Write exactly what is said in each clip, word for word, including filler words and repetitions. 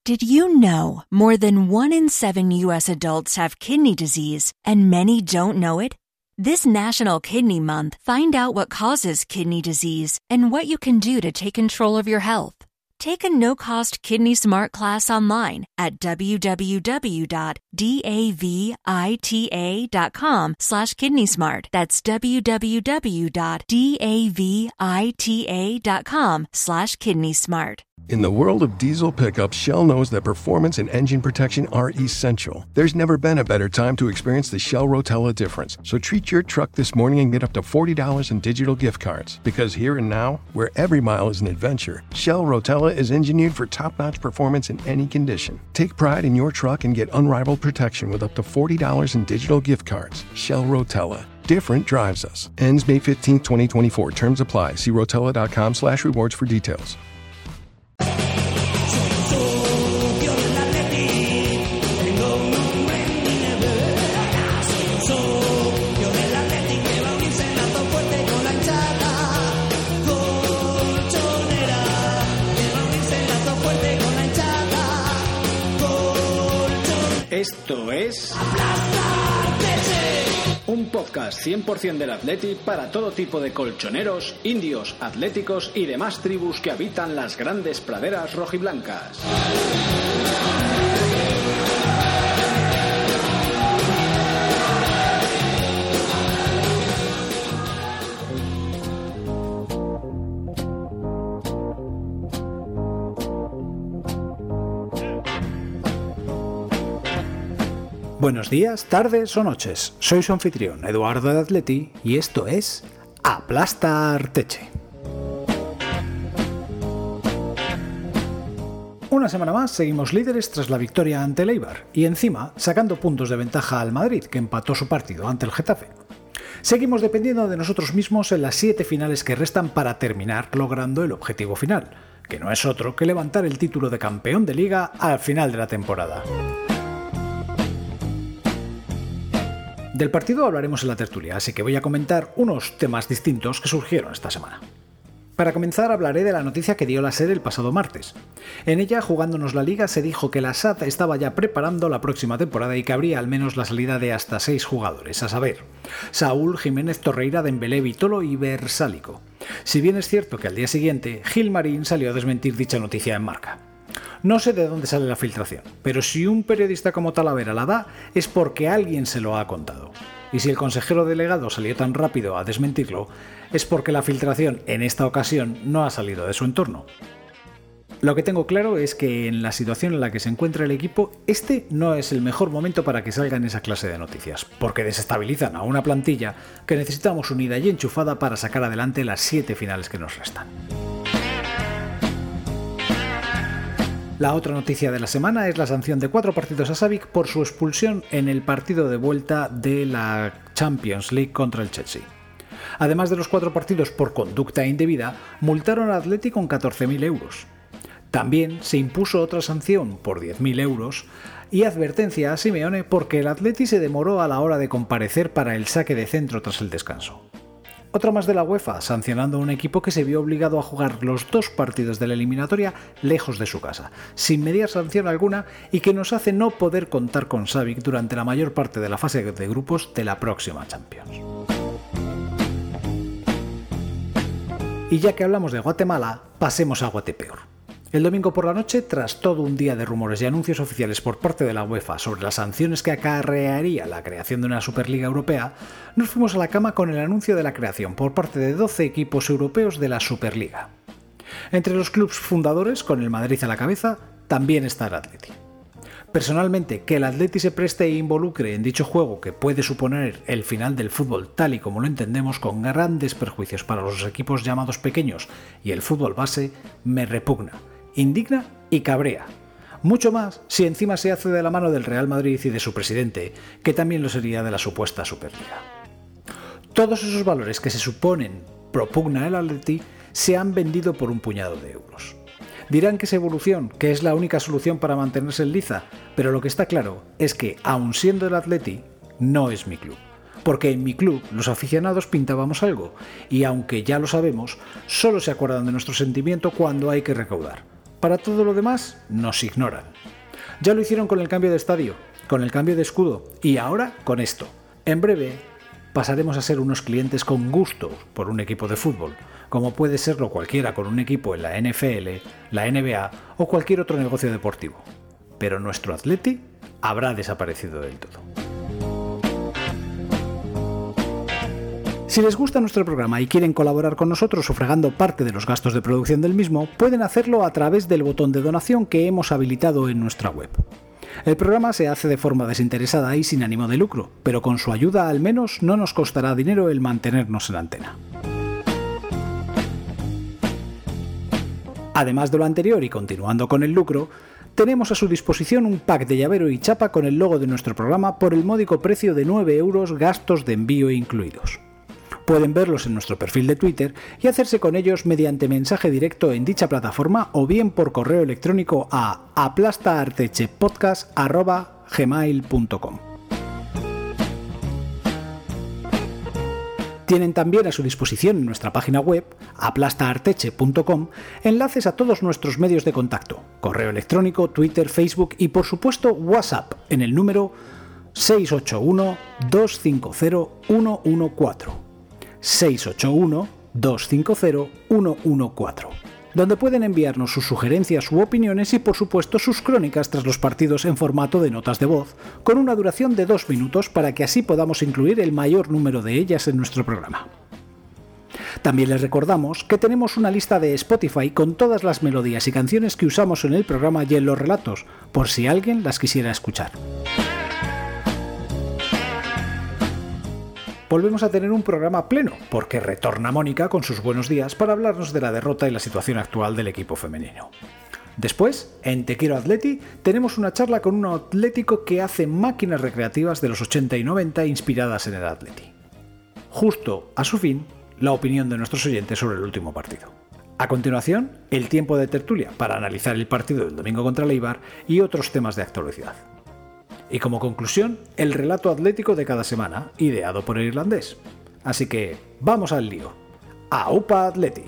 Did you know more than one in seven U S adults have kidney disease and many don't know it? This National Kidney Month, find out what causes kidney disease and what you can do to take control of your health. Take a no-cost Kidney Smart class online at www.davita.com slash kidney smart. That's www.davita.com slash kidney smart. In the world of diesel pickups, Shell knows that performance and engine protection are essential. There's never been a better time to experience the Shell Rotella difference. So treat your truck this morning and get up to forty dollars in digital gift cards. Because here and now, where every mile is an adventure, Shell Rotella is engineered for top-notch performance in any condition. Take pride in your truck and get unrivaled protection with up to forty dollars in digital gift cards. Shell Rotella. Different drives us. Ends May fifteenth, twenty twenty-four. Terms apply. See rotella.com slash rewards for details. Esto es un podcast cien por ciento del Atleti para todo tipo de colchoneros, indios, atléticos y demás tribus que habitan las grandes praderas rojiblancas. Buenos días, tardes o noches. Soy su anfitrión, Eduardo de Atleti, y esto es Aplasta Arteche. Una semana más seguimos líderes tras la victoria ante el Eibar y encima sacando puntos de ventaja al Madrid, que empató su partido ante el Getafe. Seguimos dependiendo de nosotros mismos en las siete finales que restan para terminar logrando el objetivo final, que no es otro que levantar el título de campeón de liga al final de la temporada. Del partido hablaremos en la tertulia, así que voy a comentar unos temas distintos que surgieron esta semana. Para comenzar hablaré de la noticia que dio la SER el pasado martes. En ella, jugándonos la liga, se dijo que la S A D estaba ya preparando la próxima temporada y que habría al menos la salida de hasta seis jugadores, a saber, Saúl, Jiménez, Torreira, Dembélé, Vitolo y Versálico. Si bien es cierto que al día siguiente, Gilmarín salió a desmentir dicha noticia en Marca. No sé de dónde sale la filtración, pero si un periodista como Talavera la da, es porque alguien se lo ha contado. Y si el consejero delegado salió tan rápido a desmentirlo, es porque la filtración en esta ocasión no ha salido de su entorno. Lo que tengo claro es que en la situación en la que se encuentra el equipo, este no es el mejor momento para que salgan esa clase de noticias, porque desestabilizan a una plantilla que necesitamos unida y enchufada para sacar adelante las siete finales que nos restan. La otra noticia de la semana es la sanción de cuatro partidos a Savic por su expulsión en el partido de vuelta de la Champions League contra el Chelsea. Además de los cuatro partidos por conducta indebida, multaron al Atleti con catorce mil euros. También se impuso otra sanción por diez mil euros y advertencia a Simeone porque el Atleti se demoró a la hora de comparecer para el saque de centro tras el descanso. Otra más de la UEFA, sancionando a un equipo que se vio obligado a jugar los dos partidos de la eliminatoria lejos de su casa, sin mediar sanción alguna, y que nos hace no poder contar con Savic durante la mayor parte de la fase de grupos de la próxima Champions. Y ya que hablamos de Guatemala, pasemos a Guatepeor. El domingo por la noche, tras todo un día de rumores y anuncios oficiales por parte de la UEFA sobre las sanciones que acarrearía la creación de una Superliga Europea, nos fuimos a la cama con el anuncio de la creación por parte de doce equipos europeos de la Superliga. Entre los clubes fundadores, con el Madrid a la cabeza, también está el Atleti. Personalmente, que el Atleti se preste e involucre en dicho juego que puede suponer el final del fútbol tal y como lo entendemos, con grandes perjuicios para los equipos llamados pequeños y el fútbol base, me repugna, indigna y cabrea. Mucho más si encima se hace de la mano del Real Madrid y de su presidente, que también lo sería de la supuesta Superliga. Todos esos valores que se suponen propugna el Atleti se han vendido por un puñado de euros. Dirán que es evolución, que es la única solución para mantenerse en liza, pero lo que está claro es que, aun siendo el Atleti, no es mi club. Porque en mi club los aficionados pintábamos algo, y aunque ya lo sabemos, solo se acuerdan de nuestro sentimiento cuando hay que recaudar. Para todo lo demás, nos ignoran. Ya lo hicieron con el cambio de estadio, con el cambio de escudo y ahora con esto. En breve pasaremos a ser unos clientes con gusto por un equipo de fútbol, como puede serlo cualquiera con un equipo en la N F L, la N B A o cualquier otro negocio deportivo. Pero nuestro Atleti habrá desaparecido del todo. Si les gusta nuestro programa y quieren colaborar con nosotros sufragando parte de los gastos de producción del mismo, pueden hacerlo a través del botón de donación que hemos habilitado en nuestra web. El programa se hace de forma desinteresada y sin ánimo de lucro, pero con su ayuda al menos no nos costará dinero el mantenernos en antena. Además de lo anterior y continuando con el lucro, tenemos a su disposición un pack de llavero y chapa con el logo de nuestro programa por el módico precio de nueve euros, gastos de envío incluidos. Pueden verlos en nuestro perfil de Twitter y hacerse con ellos mediante mensaje directo en dicha plataforma o bien por correo electrónico a aplastaartechepodcast arroba gmail punto com. Tienen también a su disposición en nuestra página web, aplastaarteche punto com, enlaces a todos nuestros medios de contacto, correo electrónico, Twitter, Facebook y por supuesto WhatsApp en el número seis ocho uno, dos cinco cero, uno uno cuatro. seis ocho uno, dos cinco cero, uno uno cuatro, donde pueden enviarnos sus sugerencias u opiniones y por supuesto sus crónicas tras los partidos en formato de notas de voz, con una duración de dos minutos para que así podamos incluir el mayor número de ellas en nuestro programa. También les recordamos que tenemos una lista de Spotify con todas las melodías y canciones que usamos en el programa y en los relatos, por si alguien las quisiera escuchar. Volvemos a tener un programa pleno, porque retorna Mónica con sus buenos días para hablarnos de la derrota y la situación actual del equipo femenino. Después, en Te Quiero Atleti, tenemos una charla con un atlético que hace máquinas recreativas de los ochenta y noventa inspiradas en el Atleti. Justo a su fin, la opinión de nuestros oyentes sobre el último partido. A continuación, el tiempo de tertulia para analizar el partido del domingo contra el Eibar y otros temas de actualidad. Y como conclusión, el relato atlético de cada semana, ideado por el irlandés. Así que, vamos al lío. ¡Aupa Atleti!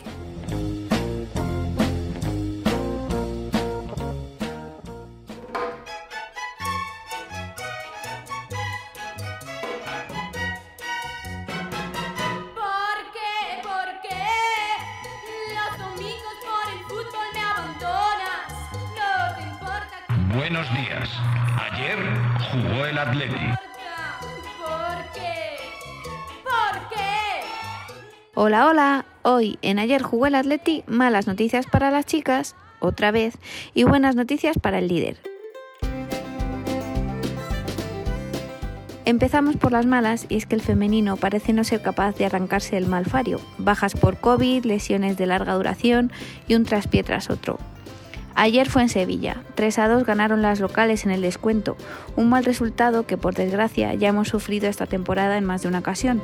Buenos días. Ayer jugó el Atleti. ¿Por qué? ¿Por qué? Hola, hola. Hoy en Ayer jugó el Atleti, malas noticias para las chicas, otra vez, y buenas noticias para el líder. Empezamos por las malas y es que el femenino parece no ser capaz de arrancarse del malfario. Bajas por COVID, lesiones de larga duración y un traspié tras otro. Ayer fue en Sevilla, tres a dos ganaron las locales en el descuento, un mal resultado que por desgracia ya hemos sufrido esta temporada en más de una ocasión.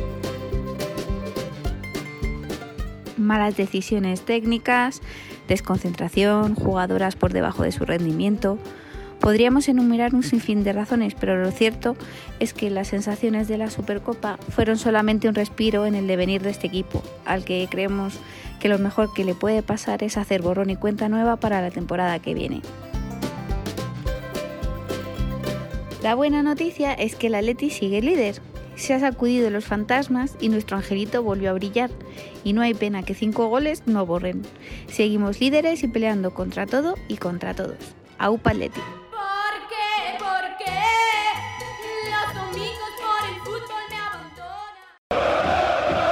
Malas decisiones técnicas, desconcentración, jugadoras por debajo de su rendimiento. Podríamos enumerar un sinfín de razones, pero lo cierto es que las sensaciones de la Supercopa fueron solamente un respiro en el devenir de este equipo, al que creemos que lo mejor que le puede pasar es hacer borrón y cuenta nueva para la temporada que viene. La buena noticia es que el Atleti sigue líder. Se ha sacudido los fantasmas y nuestro angelito volvió a brillar. Y no hay pena que cinco goles no borren. Seguimos líderes y peleando contra todo y contra todos. Aupa Atleti. ¿Por qué? ¿Por qué? Los domingos por el fútbol me abandonan.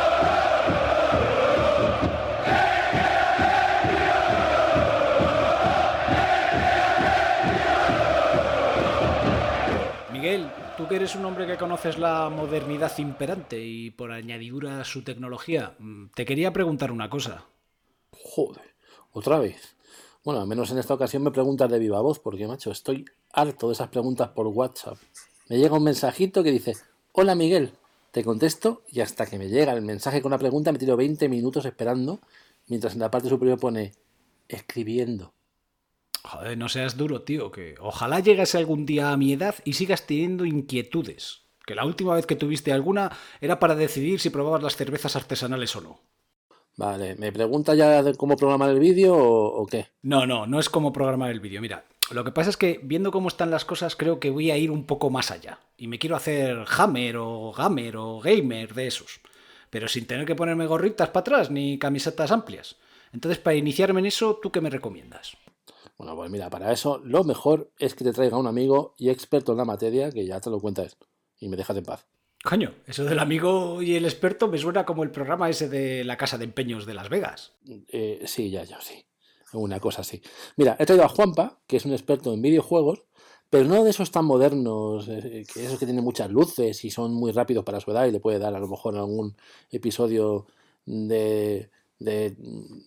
Miguel, tú que eres un hombre que conoces la modernidad imperante y por añadidura su tecnología, te quería preguntar una cosa. Joder, otra vez. Bueno, al menos en esta ocasión me preguntas de viva voz, porque, macho, estoy harto de esas preguntas por WhatsApp. Me llega un mensajito que dice: hola Miguel, te contesto, y hasta que me llega el mensaje con la pregunta me tiro veinte minutos esperando, mientras en la parte superior pone escribiendo. Joder, no seas duro, tío, que ojalá llegues algún día a mi edad y sigas teniendo inquietudes. Que la última vez que tuviste alguna era para decidir si probabas las cervezas artesanales o no. Vale, ¿me pregunta ya de cómo programar el vídeo o, o qué? No, no, no es como programar el vídeo. Mira, lo que pasa es que viendo cómo están las cosas creo que voy a ir un poco más allá. Y me quiero hacer hammer o gamer o gamer de esos. Pero sin tener que ponerme gorritas para atrás ni camisetas amplias. Entonces, para iniciarme en eso, ¿tú qué me recomiendas? Bueno, pues mira, para eso lo mejor es que te traiga un amigo y experto en la materia que ya te lo cuenta esto y me dejas en paz. Coño, eso del amigo y el experto me suena como el programa ese de la casa de empeños de Las Vegas. Eh, sí, ya, ya, sí. Una cosa así. Mira, he traído a Juanpa, que es un experto en videojuegos, pero no de esos tan modernos, eh, que esos que tienen muchas luces y son muy rápidos para su edad y le puede dar a lo mejor algún episodio de, de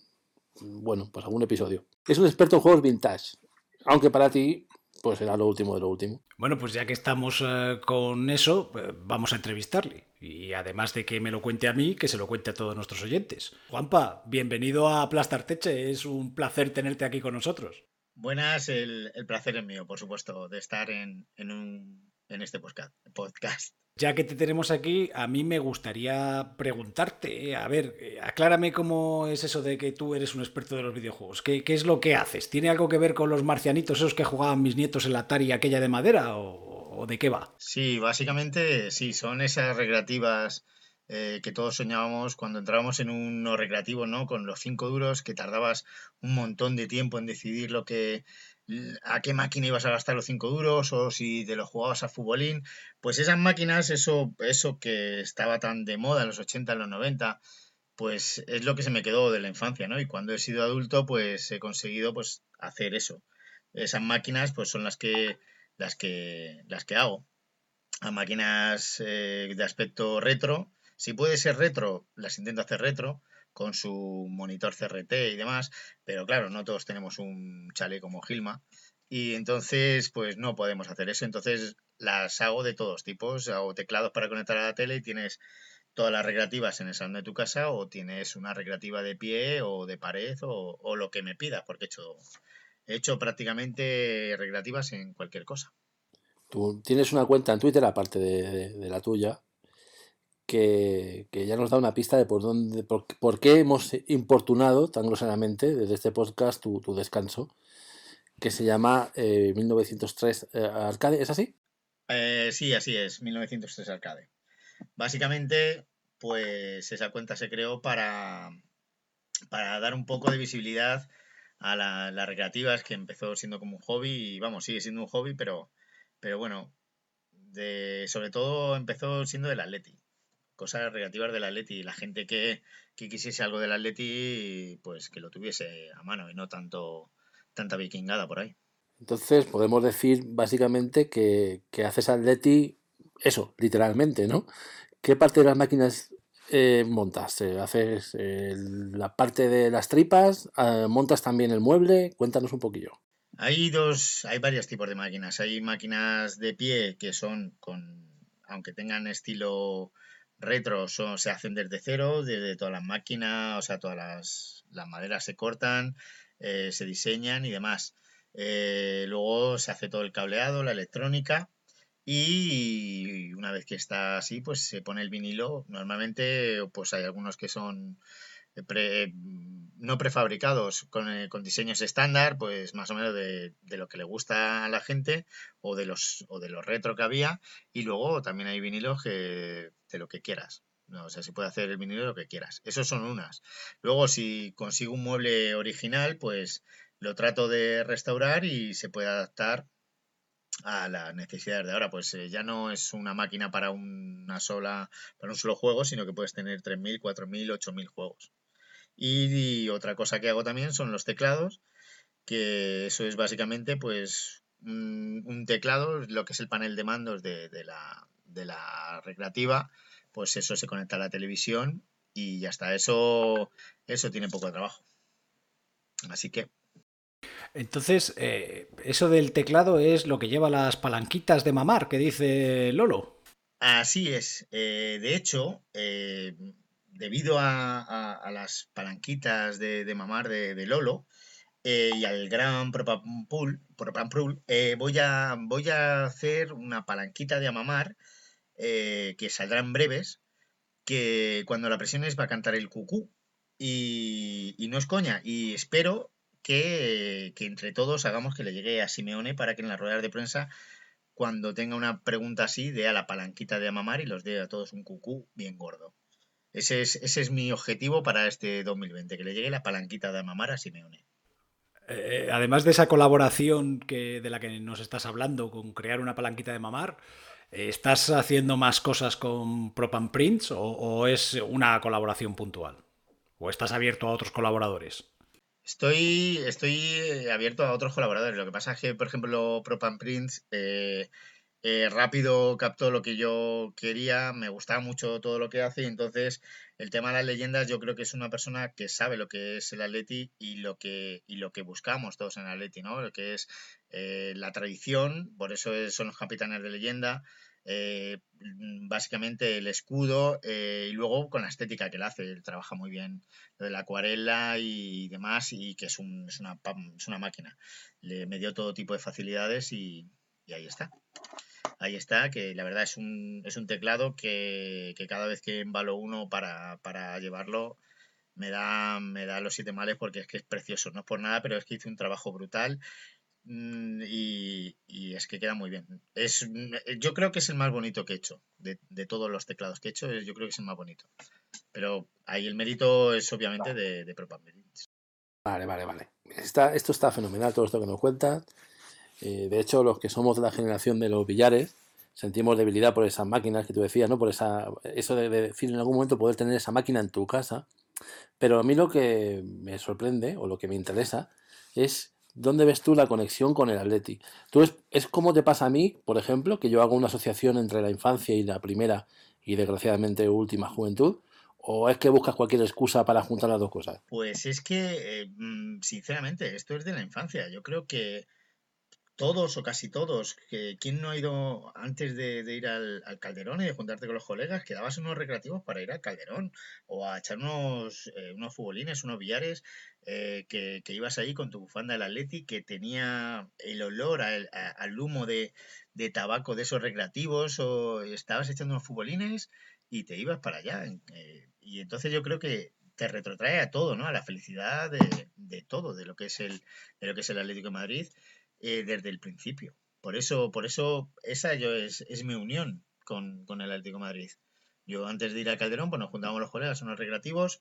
bueno, pues algún episodio. Es un experto en juegos vintage, aunque para ti pues será lo último de lo último. Bueno, pues ya que estamos eh, con eso, eh, vamos a entrevistarle. Y además de que me lo cuente a mí, que se lo cuente a todos nuestros oyentes. Juanpa, bienvenido a Plastarteche. Es un placer tenerte aquí con nosotros. Buenas, el, el placer es mío, por supuesto, de estar en, en, un, en este podcast. podcast. Ya que te tenemos aquí, a mí me gustaría preguntarte, a ver, eh, aclárame cómo es eso de que tú eres un experto de los videojuegos. ¿Qué, qué es lo que haces? ¿Tiene algo que ver con los marcianitos esos que jugaban mis nietos en la Atari aquella de madera o, o de qué va? Sí, básicamente sí, son esas recreativas eh, que todos soñábamos cuando entrábamos en unos recreativos, ¿no? Con los cinco duros, que tardabas un montón de tiempo en decidir lo que a qué máquina ibas a gastar los cinco duros o si te lo jugabas a futbolín. Pues esas máquinas, eso, eso que estaba tan de moda en los ochenta, en los noventa, pues es lo que se me quedó de la infancia, ¿no? Y cuando he sido adulto, pues he conseguido pues hacer eso. Esas máquinas, pues son las que las que las que hago. A máquinas eh, de aspecto retro. Si puede ser retro, las intento hacer retro con su monitor C R T y demás, pero claro, no todos tenemos un chale como Gilma y entonces pues no podemos hacer eso. Entonces las hago de todos tipos. Hago teclados para conectar a la tele y tienes todas las recreativas en el salón de tu casa o tienes una recreativa de pie o de pared o, o lo que me pidas, porque he hecho, he hecho prácticamente recreativas en cualquier cosa. Tú tienes una cuenta en Twitter, aparte de, de, de la tuya, que, que ya nos da una pista de por dónde, por, por qué hemos importunado tan groseramente desde este podcast tu, tu descanso, que se llama eh, mil novecientos tres eh, Arcade, ¿es así? Eh, sí, así es, mil novecientos tres Arcade. Básicamente, pues esa cuenta se creó para, para dar un poco de visibilidad a la, las recreativas, que empezó siendo como un hobby y vamos, sigue siendo un hobby, pero, pero bueno, de, sobre todo empezó siendo del Atleti. Cosas recreativas del Atleti. La gente que, que quisiese algo del Atleti, pues que lo tuviese a mano y no tanto tanta vikingada por ahí. Entonces podemos decir básicamente que, que haces Atleti, eso, literalmente, ¿no? ¿Qué parte de las máquinas eh, montas? Eh, ¿Haces eh, la parte de las tripas? Eh, ¿Montas también el mueble? Cuéntanos un poquillo. Hay dos, hay varios tipos de máquinas. Hay máquinas de pie que son con, aunque tengan estilo retro, son, se hacen desde cero, desde todas las máquinas, o sea, todas las, las maderas se cortan, eh, se diseñan y demás. Eh, luego se hace todo el cableado, la electrónica y una vez que está así, pues se pone el vinilo. Normalmente, pues hay algunos que son pre, no prefabricados con, eh, con diseños estándar, pues más o menos de, de lo que le gusta a la gente o de los o de los retro que había, y luego también hay vinilos que de lo que quieras. No, o sea, se puede hacer el vinilo de lo que quieras. Esos son unas. Luego, si consigo un mueble original, pues lo trato de restaurar y se puede adaptar a las necesidades de ahora. Pues eh, ya no es una máquina para una sola, para un solo juego, sino que puedes tener tres mil, cuatro mil, ocho mil juegos. Y, y otra cosa que hago también son los teclados, que eso es básicamente pues un, un teclado, lo que es el panel de mandos de, de, la, de la recreativa, pues eso se conecta a la televisión y ya está. Eso, eso tiene poco trabajo. Así que... Entonces, eh, eso del teclado es lo que lleva las palanquitas de mamar, que dice Lolo. Así es. Eh, de hecho, eh, debido a, a, a, las palanquitas de, de mamar de, de Lolo eh, y al gran Propan Pool, Propan Pool eh, voy, a, voy a hacer una palanquita de mamar eh, que saldrá en breves, que cuando la presiones va a cantar el cucú. y, y no es coña. Y espero que, que entre todos hagamos que le llegue a Simeone para que en las ruedas de prensa, cuando tenga una pregunta así, dé a la palanquita de mamar y los dé a todos un cucú bien gordo. Ese es, ese es mi objetivo para este dos mil veinte, que le llegue la palanquita de mamar a Simeone. Eh, además de esa colaboración que, de la que nos estás hablando, con crear una palanquita de mamar, eh, ¿estás haciendo más cosas con Prop and Prints o, o es una colaboración puntual? ¿O estás abierto a otros colaboradores? Estoy, estoy eh, abierto a otros colaboradores. Lo que pasa es que, por ejemplo, Prop and Prints eh, eh, rápido captó lo que yo quería, me gustaba mucho todo lo que hace y entonces el tema de las leyendas yo creo que es una persona que sabe lo que es el Atleti y lo que, y lo que buscamos todos en el Atleti, ¿no? Lo que es eh, la tradición, por eso es- son los capitanes de leyenda, eh, mm, básicamente el escudo eh, y luego con la estética que él hace, él trabaja muy bien lo de la acuarela y demás y que es, un, es, una, pam- es una máquina. Le me dio todo tipo de facilidades y, y ahí está. Ahí está, que la verdad es un, es un teclado que, que cada vez que embalo uno para, para llevarlo me da, me da los siete males porque es que es precioso, no es por nada, pero es que hice un trabajo brutal mm, y, y es que queda muy bien. Es, mm, yo creo que es el más bonito que he hecho, de, de todos los teclados que he hecho, yo creo que es el más bonito. Pero ahí el mérito es obviamente de, de Propan Medits. Vale, vale, vale. Está, esto está fenomenal, todo esto que nos cuentas. Eh, de hecho, los que somos de la generación de los billares, sentimos debilidad por esas máquinas que tú decías, ¿no? Por esa, eso de, de decir en algún momento poder tener esa máquina en tu casa. Pero a mí lo que me sorprende, o lo que me interesa, es dónde ves tú la conexión con el Atleti. Tú es, es como te pasa a mí, por ejemplo, que yo hago una asociación entre la infancia y la primera y desgraciadamente última juventud, o es que buscas cualquier excusa para juntar las dos cosas. Pues es que, eh, mm, sinceramente, esto es de la infancia. Yo creo que todos o casi todos, que ¿quién no ha ido antes de, de ir al, al Calderón y de juntarte con los colegas? Quedabas unos recreativos para ir al Calderón o a echar unos, eh, unos futbolines, unos billares, eh, que, que ibas ahí con tu bufanda del Atleti que tenía el olor al, a- al humo de, de tabaco de esos recreativos o estabas echando unos futbolines y te ibas para allá. eh, y entonces yo creo que te retrotrae a todo, ¿no? A la felicidad de, de todo, de lo que es el, de lo que es el Atlético de Madrid eh, desde el principio. Por eso, por eso esa yo es, es mi unión con, con el Atlético de Madrid. Yo antes de ir al Calderón, pues nos juntábamos los colegas en unos recreativos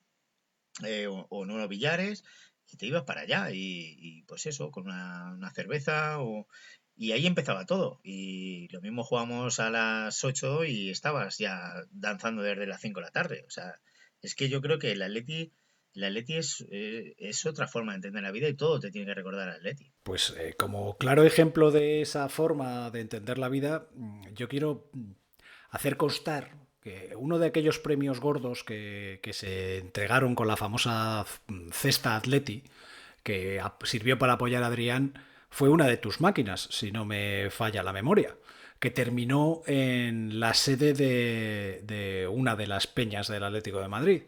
eh, o, o en unos billares y te ibas para allá y, y, pues eso, con una, una cerveza o, y ahí empezaba todo. Y lo mismo jugábamos a las ocho y estabas ya danzando desde las cinco de la tarde. O sea, es que yo creo que el Atleti, el Atleti es, eh, es otra forma de entender la vida y todo te tiene que recordar al Atleti. Pues eh, como claro ejemplo de esa forma de entender la vida, mm, yo quiero mm, hacer constar que uno de aquellos premios gordos que, que se entregaron con la famosa mm, cesta Atleti, que ap- sirvió para apoyar a Adrián, fue una de tus máquinas, si no me falla la memoria, que terminó en la sede de, de una de las peñas del Atlético de Madrid.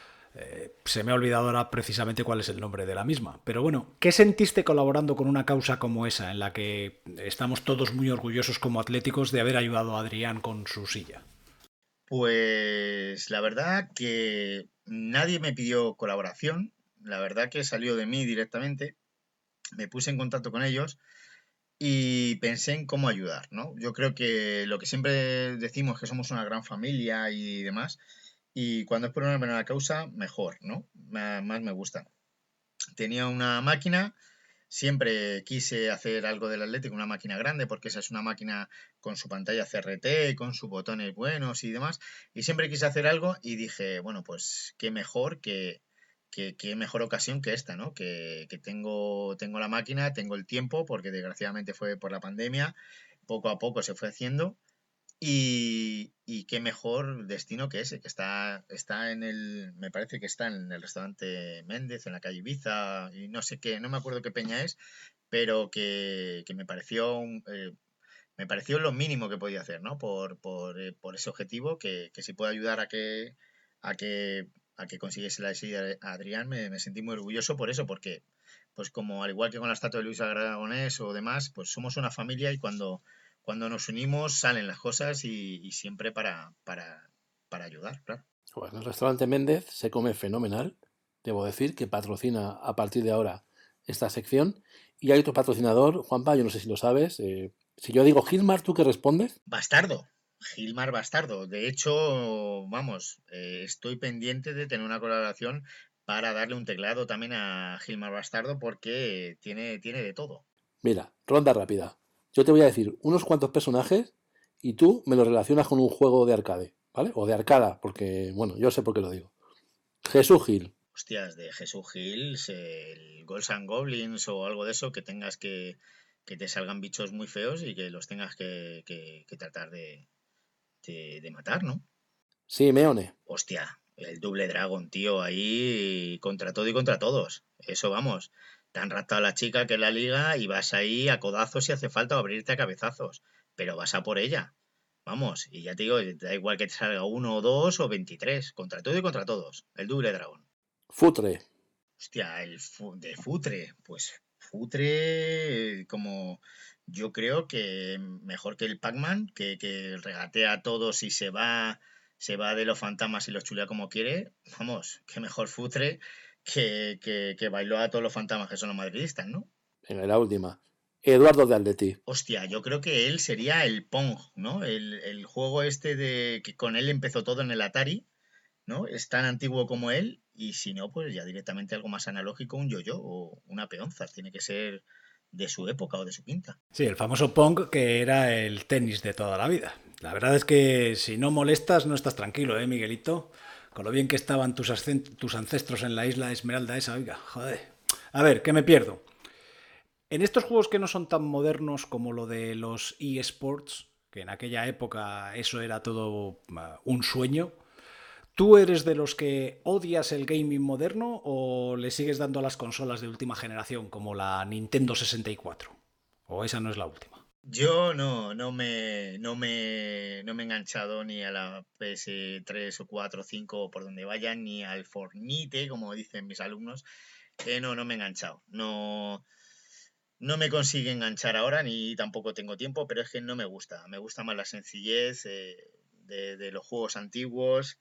Eh, se me ha olvidado ahora precisamente cuál es el nombre de la misma. Pero bueno, ¿qué sentiste colaborando con una causa como esa, en la que estamos todos muy orgullosos como atléticos de haber ayudado a Adrián con su silla? Pues la verdad que nadie me pidió colaboración, la verdad que salió de mí directamente, me puse en contacto con ellos y pensé en cómo ayudar, ¿no? Yo creo que lo que siempre decimos que somos una gran familia y demás, y cuando es por una buena causa, mejor, ¿no? Ma- Más me gusta. Tenía una máquina, siempre quise hacer algo del Atlético, una máquina grande, porque esa es una máquina con su pantalla C R T, con sus botones buenos y demás. Y siempre quise hacer algo y dije, bueno, pues qué mejor que, que- qué mejor ocasión que esta, ¿no? Que, que tengo, tengo la máquina, tengo el tiempo, porque desgraciadamente fue por la pandemia, poco a poco se fue haciendo y, y qué mejor destino que ese, que está, está en el, me parece que está en el restaurante Méndez, en la calle Ibiza, y no sé qué, no me acuerdo qué peña es, pero que, que me pareció un- eh, me pareció lo mínimo que podía hacer, ¿no? Por, por, eh, por ese objetivo, que, que si puedo ayudar a que, a que, a que consiguiese la silla de Adrián, me, me sentí muy orgulloso por eso, porque, pues como al igual que con la estatua de Luis Aragonés o demás, pues somos una familia y cuando, cuando nos unimos salen las cosas y, y siempre para, para, para ayudar, claro. Bueno, en el restaurante Méndez se come fenomenal. debo decir, que patrocina a partir de ahora esta sección. Y hay otro patrocinador, Juanpa, yo no sé si lo sabes. Eh, si yo digo Gilmar, ¿tú qué respondes? Bastardo. Gilmar Bastardo. De hecho, vamos, eh, estoy pendiente de tener una colaboración para darle un teclado también a Gilmar Bastardo porque tiene, tiene de todo. Mira, ronda rápida. Yo te voy a decir unos cuantos personajes y tú me los relacionas con un juego de arcade, ¿vale? O de arcada, porque, bueno, yo sé por qué lo digo. Jesús Gil. Hostias, de Jesús Gil, el Ghosts and Goblins o algo de eso, que tengas que, que te salgan bichos muy feos y que los tengas que, que- que tratar de, de, de matar, ¿no? Simeone. Hostia, el Double Dragon, tío, ahí contra todo y contra todos. Eso vamos. Te han raptado a la chica que es la liga y vas ahí a codazos si hace falta o abrirte a cabezazos. Pero vas a por ella. Vamos, y ya te digo, da igual que te salga uno o dos o veintitrés. Contra todo y contra todos. El Double Dragon. Futre. Hostia, el fu- de Futre. Pues Futre, como yo creo que mejor que el Pac-Man, que, que regatea a todos y se va, se va de los fantasmas y los chulea como quiere. Vamos, que mejor Futre que, que, que bailó a todos los fantasmas que son los madridistas, ¿no? Venga, y la última. Eduardo de Atleti. Hostia, yo creo que él sería el Pong, ¿no? El, el juego este de que con él empezó todo en el Atari, ¿no? Es tan antiguo como él, y si no, pues ya directamente algo más analógico, un yo-yo o una peonza. Tiene que ser de su época o de su quinta. Sí, el famoso Pong, que era el tenis de toda la vida. La verdad es que si no molestas, no estás tranquilo, ¿eh, Miguelito? Con lo bien que estaban tus, ascen- tus ancestros en la isla Esmeralda esa, oiga, joder. A ver, ¿qué me pierdo? En estos juegos que no son tan modernos como lo de los eSports, que en aquella época eso era todo uh, un sueño, ¿tú eres de los que odias el gaming moderno o le sigues dando a las consolas de última generación como la Nintendo sesenta y cuatro? ¿O esa no es la última? Yo no, no me, no me, no me he enganchado ni a la P S tres o cuatro o cinco o por donde vayan, ni al Fornite, como dicen mis alumnos. Eh, no, no me he enganchado. No, no me consigue enganchar ahora, ni tampoco tengo tiempo, pero es que no me gusta. Me gusta más la sencillez eh, de, de los juegos antiguos,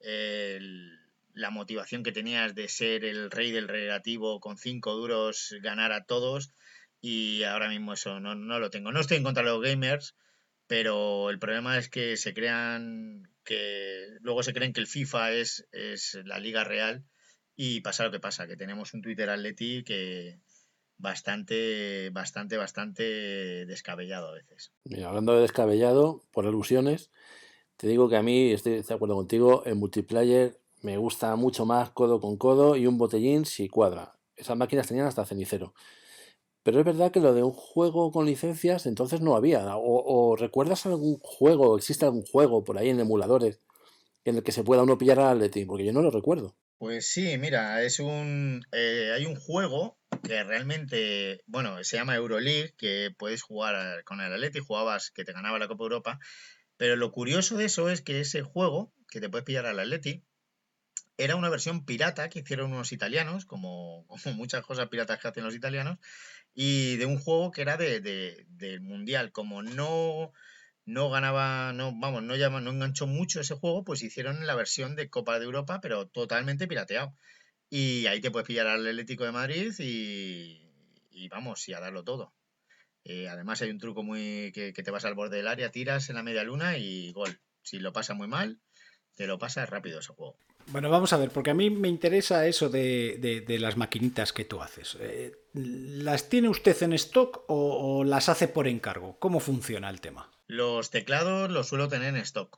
el- la motivación que tenías de ser el rey del relativo con cinco duros, ganar a todos, y ahora mismo eso no, no lo tengo. No estoy en contra de los gamers, pero el problema es que se crean, que luego se creen que el FIFA es, es la liga real y pasa lo que pasa, que tenemos un Twitter Atleti que bastante, bastante, bastante descabellado a veces. Mira, hablando de descabellado, por alusiones, te digo que a mí, estoy de acuerdo contigo, el multiplayer me gusta mucho más codo con codo y un botellín si cuadra. Esas máquinas tenían hasta cenicero. Pero es verdad que lo de un juego con licencias entonces no había. O, o ¿recuerdas algún juego, existe algún juego por ahí en emuladores en el que se pueda uno pillar al Atleti? Porque yo no lo recuerdo. Pues sí, mira, es un, eh, hay un juego que realmente, bueno, se llama Euroleague, que puedes jugar a- con el Atleti, jugabas que te ganaba la Copa Europa, pero lo curioso de eso es que ese juego, que te puedes pillar al Atleti, era una versión pirata que hicieron unos italianos, como, como muchas cosas piratas que hacen los italianos, y de un juego que era de, de- del Mundial. Como no, no ganaba, no, vamos, no llama, no enganchó mucho ese juego, pues hicieron la versión de Copa de Europa, pero totalmente pirateado. Y ahí te puedes pillar al Atlético de Madrid y, y vamos, y a darlo todo. Eh, además hay un truco muy que, que te vas al borde del área, tiras en la media luna y gol. Si lo pasa muy mal, te lo pasas rápido ese juego. Bueno, vamos a ver, porque a mí me interesa eso de, de- de las maquinitas que tú haces. Eh, ¿las tiene usted en stock o, o las hace por encargo? ¿Cómo funciona el tema? Los teclados los suelo tener en stock.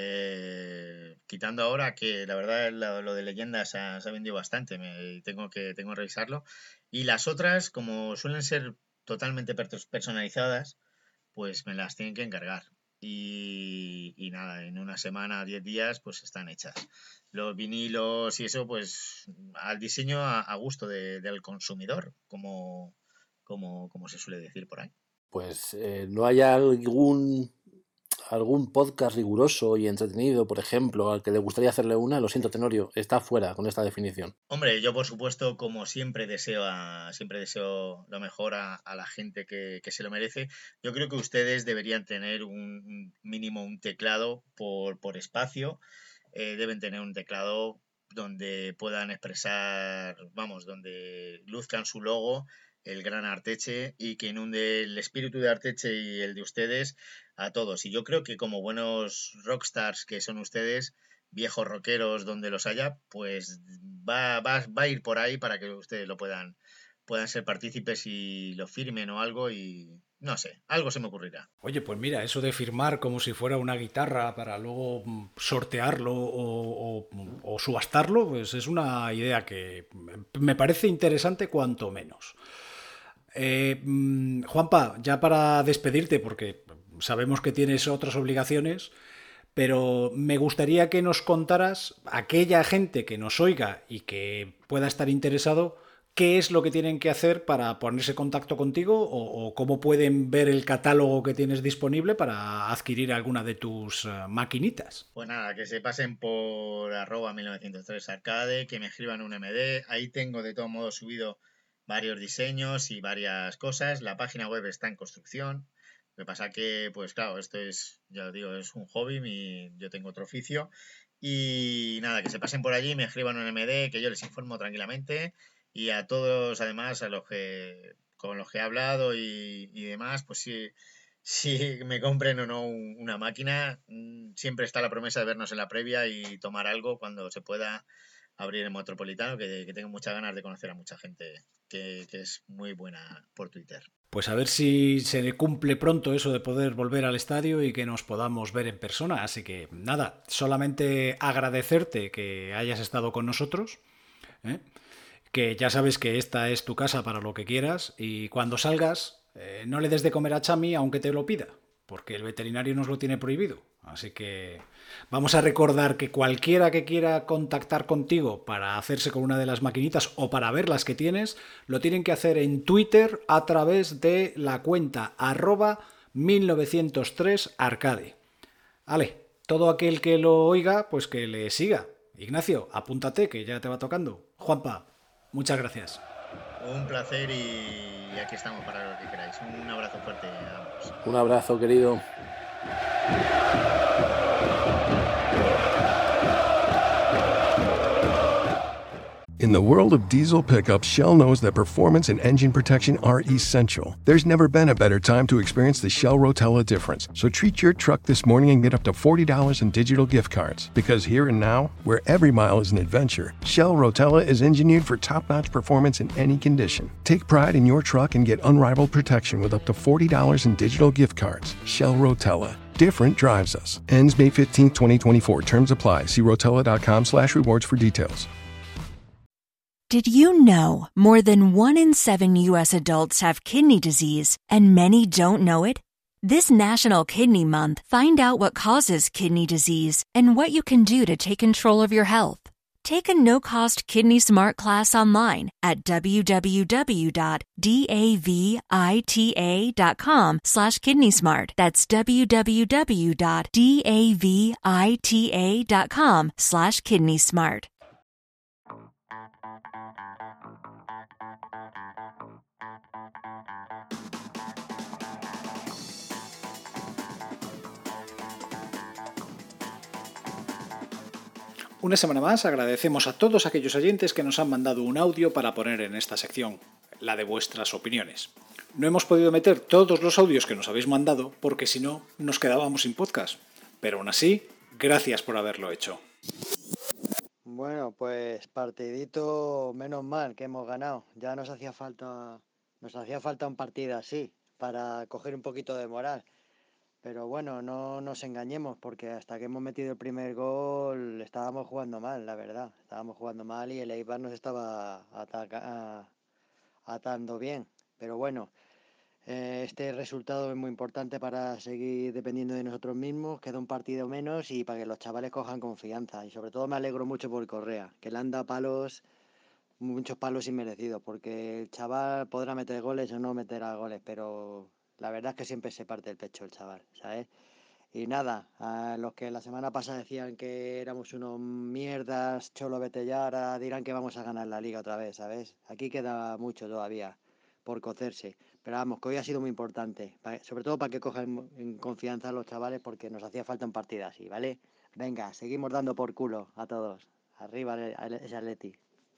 Eh, quitando ahora que la verdad lo, lo de leyenda se ha, se ha vendido bastante, me, tengo que, tengo que revisarlo. Y las otras, como suelen ser totalmente per- personalizadas, pues me las tienen que encargar. Y, y nada, en una semana, diez días, pues están hechas. Los vinilos y eso, pues al diseño a, a gusto de- del consumidor, como, como, como se suele decir por ahí. Pues eh, no hay algún, algún podcast riguroso y entretenido, por ejemplo, al que le gustaría hacerle una. Lo siento, Tenorio, está fuera con esta definición. Hombre, yo por supuesto, como siempre deseo a- siempre deseo lo mejor a, a la gente que, que se lo merece. Yo creo que ustedes deberían tener un, un mínimo un teclado por, por espacio. Eh, deben tener un teclado donde puedan expresar, vamos, donde luzcan su logo, el gran Arteche, y que inunde el espíritu de Arteche y el de ustedes a todos. Y yo creo que como buenos rockstars que son ustedes, viejos rockeros donde los haya, pues va, va, va a ir por ahí para que ustedes lo puedan, puedan ser partícipes y lo firmen o algo, y no sé, algo se me ocurrirá. Oye, pues mira, eso de firmar como si fuera una guitarra para luego sortearlo o, o, o subastarlo, pues es una idea que me parece interesante cuanto menos. Eh, Juanpa, ya para despedirte, porque sabemos que tienes otras obligaciones, pero me gustaría que nos contaras, aquella gente que nos oiga y que pueda estar interesado, qué es lo que tienen que hacer para ponerse en contacto contigo o, o cómo pueden ver el catálogo que tienes disponible para adquirir alguna de tus uh, maquinitas. Pues nada, que se pasen por arroba mil novecientos tres arcade, que me escriban un M D. Ahí tengo de todos modos subido varios diseños y varias cosas. La página web está en construcción. Lo que pasa que, pues claro, esto es, ya os digo, es un hobby, mi, yo tengo otro oficio. Y nada, que se pasen por allí, me escriban un M D, que yo les informo tranquilamente. Y a todos, además, a los que con los que he hablado y, y demás, pues sí, si me compren o no un- una máquina, mm, siempre está la promesa de vernos en la previa y tomar algo cuando se pueda abrir el Metropolitano, que, que tengo muchas ganas de conocer a mucha gente que, que es muy buena por Twitter. Pues a ver si se le cumple pronto eso de poder volver al estadio y que nos podamos ver en persona. Así que nada, solamente agradecerte que hayas estado con nosotros, ¿eh? Que ya sabes que esta es tu casa para lo que quieras y cuando salgas eh, no le des de comer a Chami aunque te lo pida, porque el veterinario nos lo tiene prohibido. Así que vamos a recordar que cualquiera que quiera contactar contigo para hacerse con una de las maquinitas o para ver las que tienes, lo tienen que hacer en Twitter a través de la cuenta arroba mil novecientos tres arcade. Vale, todo aquel que lo oiga, pues que le siga. Ignacio, apúntate que ya te va tocando. Juanpa, muchas gracias. Un placer y aquí estamos para lo que queráis. Un abrazo fuerte a ambos. Un abrazo, querido. In the world of diesel pickups, Shell knows that performance and engine protection are essential. There's never been a better time to experience the Shell Rotella difference. So treat your truck this morning and get up to forty dollars in digital gift cards. Because here and now, where every mile is an adventure, Shell Rotella is engineered for top-notch performance in any condition. Take pride in your truck and get unrivaled protection with up to forty dollars in digital gift cards. Shell Rotella. Different drives us. Ends May fifteenth, twenty twenty-four. Terms apply. See rotella.com slash rewards for details. Did you know more than one in seven U S adults have kidney disease and many don't know it? This National Kidney Month, find out what causes kidney disease and what you can do to take control of your health. Take a no-cost Kidney Smart class online at www.davita.com slash kidney smart. That's www.davita.com slash kidney smart. Una semana más agradecemos a todos aquellos oyentes que nos han mandado un audio para poner en esta sección, la de vuestras opiniones. No hemos podido meter todos los audios que nos habéis mandado porque si no nos quedábamos sin podcast, pero aún así, gracias por haberlo hecho. Bueno, pues partidito, menos mal que hemos ganado. Ya nos hacía falta, nos hacía falta un partido así para coger un poquito de moral. Pero bueno, no nos engañemos porque hasta que hemos metido el primer gol estábamos jugando mal, la verdad. Estábamos jugando mal y el Eibar nos estaba ataca- atando bien. Pero bueno, eh, este resultado es muy importante para seguir dependiendo de nosotros mismos. Queda un partido menos y para que los chavales cojan confianza. Y sobre todo me alegro mucho por Correa, que le han dado palos, muchos palos inmerecidos. Porque el chaval podrá meter goles o no meterá goles, pero la verdad es que siempre se parte el pecho el chaval, ¿sabes? Y nada, a los que la semana pasada decían que éramos unos mierdas, Cholo vete ya, ahora dirán que vamos a ganar la liga otra vez, ¿sabes? Aquí queda mucho todavía por cocerse. Pero vamos, que hoy ha sido muy importante, pa- sobre todo para que cojan en confianza los chavales porque nos hacía falta un partido así, ¿vale? Venga, seguimos dando por culo a todos. Arriba el- ese Atleti.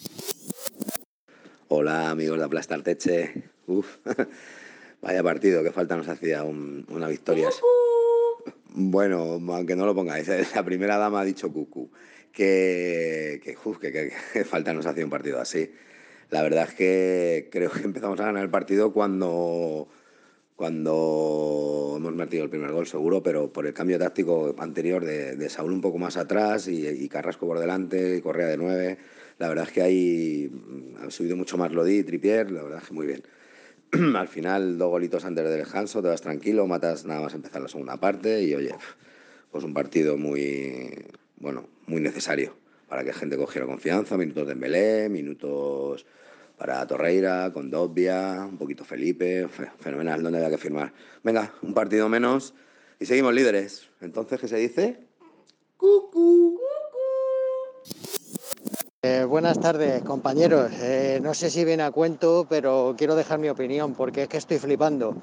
Hola amigos de Aplastarteche. Uf, vaya partido, que falta nos hacía un- una victoria. Bueno, aunque no lo pongáis, ¿eh? La primera dama ha dicho cucú, que, que, uf, que, que- que falta nos hacía un partido así. La verdad es que creo que empezamos a ganar el partido cuando, cuando hemos metido el primer gol, seguro, pero por el cambio táctico anterior de, de Saúl un poco más atrás y, y Carrasco por delante y Correa de nueve. La verdad es que ahí mm, ha subido mucho más Lodi, Trippier, la verdad es que muy bien. Al final, dos golitos antes del descanso, te vas tranquilo, matas nada más empezar la segunda parte y oye, pues un partido muy, bueno, muy necesario para que gente cogiera confianza, minutos de Dembélé, minutos para Torreira, Condovia, un poquito Felipe, fe- fenomenal, donde había que firmar. Venga, un partido menos y seguimos líderes. Entonces, ¿qué se dice? ¡Cucú! Eh, buenas tardes, compañeros. Eh, no sé si viene a cuento, pero quiero dejar mi opinión porque es que estoy flipando.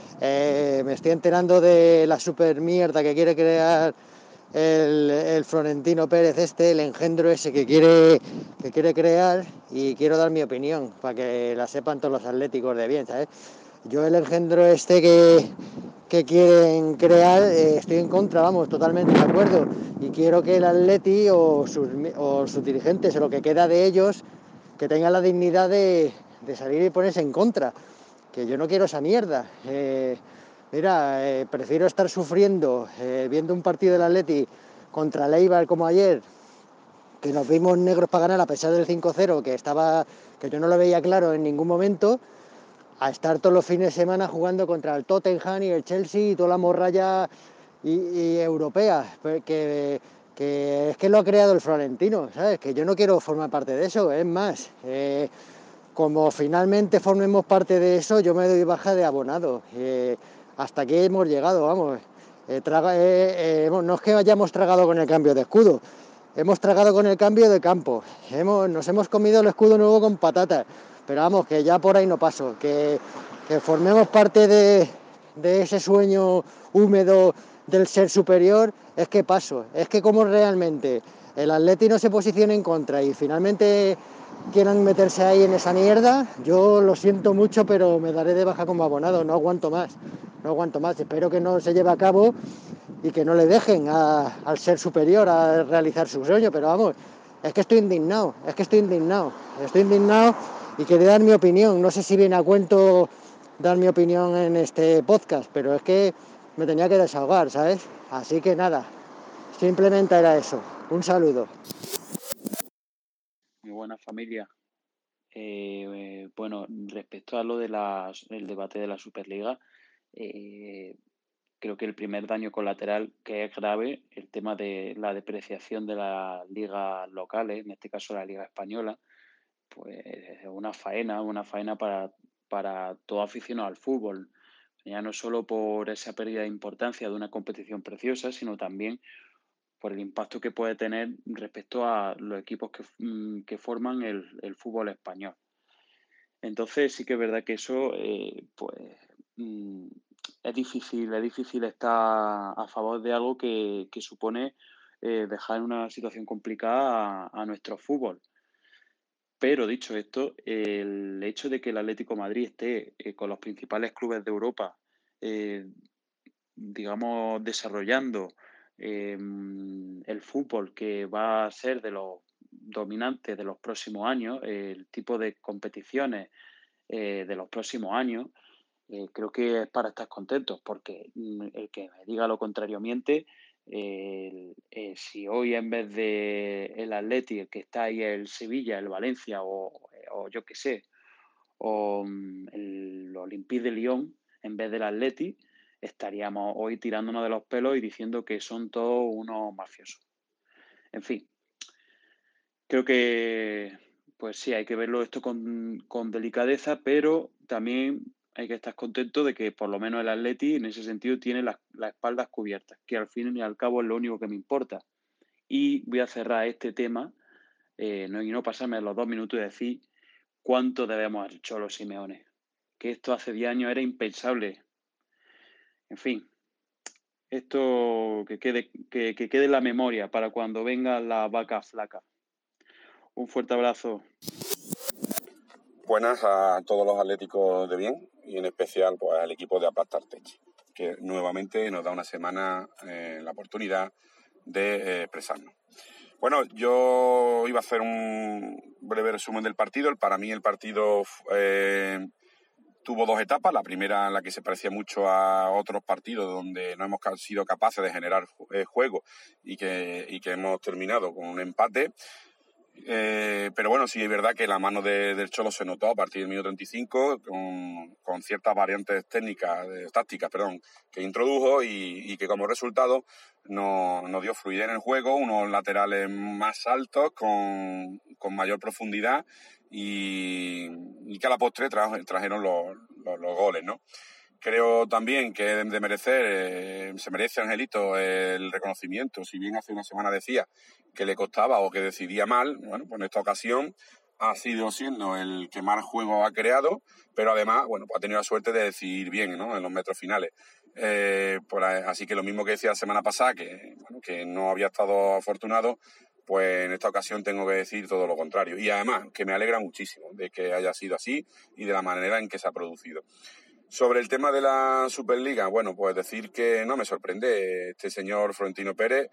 Eh, me estoy enterando de la super mierda que quiere crear el, el Florentino Pérez este, el engendro ese que quiere, que quiere crear, y quiero dar mi opinión para que la sepan todos los atléticos de bien, ¿sabes? Yo el engendro este que, que quieren crear, eh, estoy en contra, vamos, totalmente de acuerdo. Y quiero que el Atleti o sus, o sus dirigentes o lo que queda de ellos, que tengan la dignidad de, de salir y ponerse en contra. Que yo no quiero esa mierda. Eh, mira, eh, prefiero estar sufriendo eh, viendo un partido del Atleti contra el Eibar como ayer, que nos vimos negros para ganar a pesar del cinco cero, que estaba, que yo no lo veía claro en ningún momento, a estar todos los fines de semana jugando contra el Tottenham y el Chelsea y toda la morralla y, y europea, que, que es que lo ha creado el Florentino, ¿sabes? Que yo no quiero formar parte de eso, es más, eh, como finalmente formemos parte de eso, yo me doy baja de abonado. Eh, hasta aquí hemos llegado, vamos. Eh, traga, eh, eh, no es que hayamos tragado con el cambio de escudo, hemos tragado con el cambio de campo. Hemos, nos hemos comido el escudo nuevo con patatas. Pero vamos, que ya por ahí no paso. Que, que formemos parte de, de ese sueño húmedo del ser superior, es que paso. Es que como realmente el Atleti no se posicione en contra y finalmente quieran meterse ahí en esa mierda, yo lo siento mucho, pero me daré de baja como abonado. No aguanto más. No aguanto más. Espero que no se lleve a cabo y que no le dejen a, al ser superior a realizar su sueño, pero vamos, es que estoy indignado, es que estoy indignado, estoy indignado y quería dar mi opinión. No sé si viene a cuento dar mi opinión en este podcast, pero es que me tenía que desahogar, ¿sabes? Así que nada, simplemente era eso. Un saludo. Muy buena familia. Eh, eh, bueno, respecto a lo del debate de la Superliga, eh, creo que el primer daño colateral que es grave, el tema de la depreciación de las ligas locales, en este caso la Liga Española, pues es una faena, una faena para, para todo aficionado al fútbol. Ya no solo por esa pérdida de importancia de una competición preciosa, sino también por el impacto que puede tener respecto a los equipos que, mm, que forman el, el fútbol español. Entonces sí que es verdad que eso eh, pues mm, es difícil, es difícil estar a favor de algo que, que supone eh, dejar en una situación complicada a, a nuestro fútbol. Pero dicho esto, el hecho de que el Atlético de Madrid esté eh, con los principales clubes de Europa, eh, digamos, desarrollando eh, el fútbol que va a ser de los dominantes de los próximos años, eh, el tipo de competiciones eh, de los próximos años, eh, creo que es para estar contentos, porque mm, el que me diga lo contrario miente. Eh, eh, si hoy en vez de el Atleti, el que está ahí el Sevilla, el Valencia o, o yo qué sé, o mm, el Olympique de Lyon, en vez del Atleti, estaríamos hoy tirándonos de los pelos y diciendo que son todos unos mafiosos. En fin, creo que pues sí, hay que verlo esto con, con delicadeza, pero también hay que estar contento de que por lo menos el Atleti en ese sentido tiene las, las espaldas cubiertas, que al fin y al cabo es lo único que me importa. Y voy a cerrar este tema eh, no, y no pasarme los dos minutos y decir cuánto debemos al Cholo Simeone, que esto hace diez años era impensable. En fin, esto que quede, que, que quede en la memoria para cuando vengan las vacas flacas. Un fuerte abrazo. Buenas a todos los atléticos de bien y en especial pues al equipo de Aplastar Teche, que nuevamente nos da una semana eh, la oportunidad de eh, expresarnos. Bueno, yo iba a hacer un breve resumen del partido. Para mí el partido eh, tuvo dos etapas. La primera en la que se parecía mucho a otros partidos donde no hemos sido capaces de generar eh, juego y que, y que hemos terminado con un empate. Eh, pero bueno, sí es verdad que la mano de, del Cholo se notó a partir del minuto treinta y cinco con, con ciertas variantes técnicas, eh, tácticas, perdón, que introdujo y, y que como resultado nos no dio fluidez en el juego, unos laterales más altos con, con mayor profundidad y, y que a la postre trajo, trajeron los, los, los goles, ¿no? Creo también que de merecer, eh, se merece Angelito el reconocimiento. Si bien hace una semana decía que le costaba o que decidía mal, bueno, pues en esta ocasión ha sido siendo el que más juego ha creado, pero además, bueno, pues ha tenido la suerte de decidir bien, ¿no? En los metros finales. Eh, por, así que lo mismo que decía la semana pasada, que, bueno, que no había estado afortunado, pues en esta ocasión tengo que decir todo lo contrario. Y además, que me alegra muchísimo de que haya sido así y de la manera en que se ha producido. Sobre el tema de la Superliga, bueno, pues decir que no me sorprende. Este señor Florentino Pérez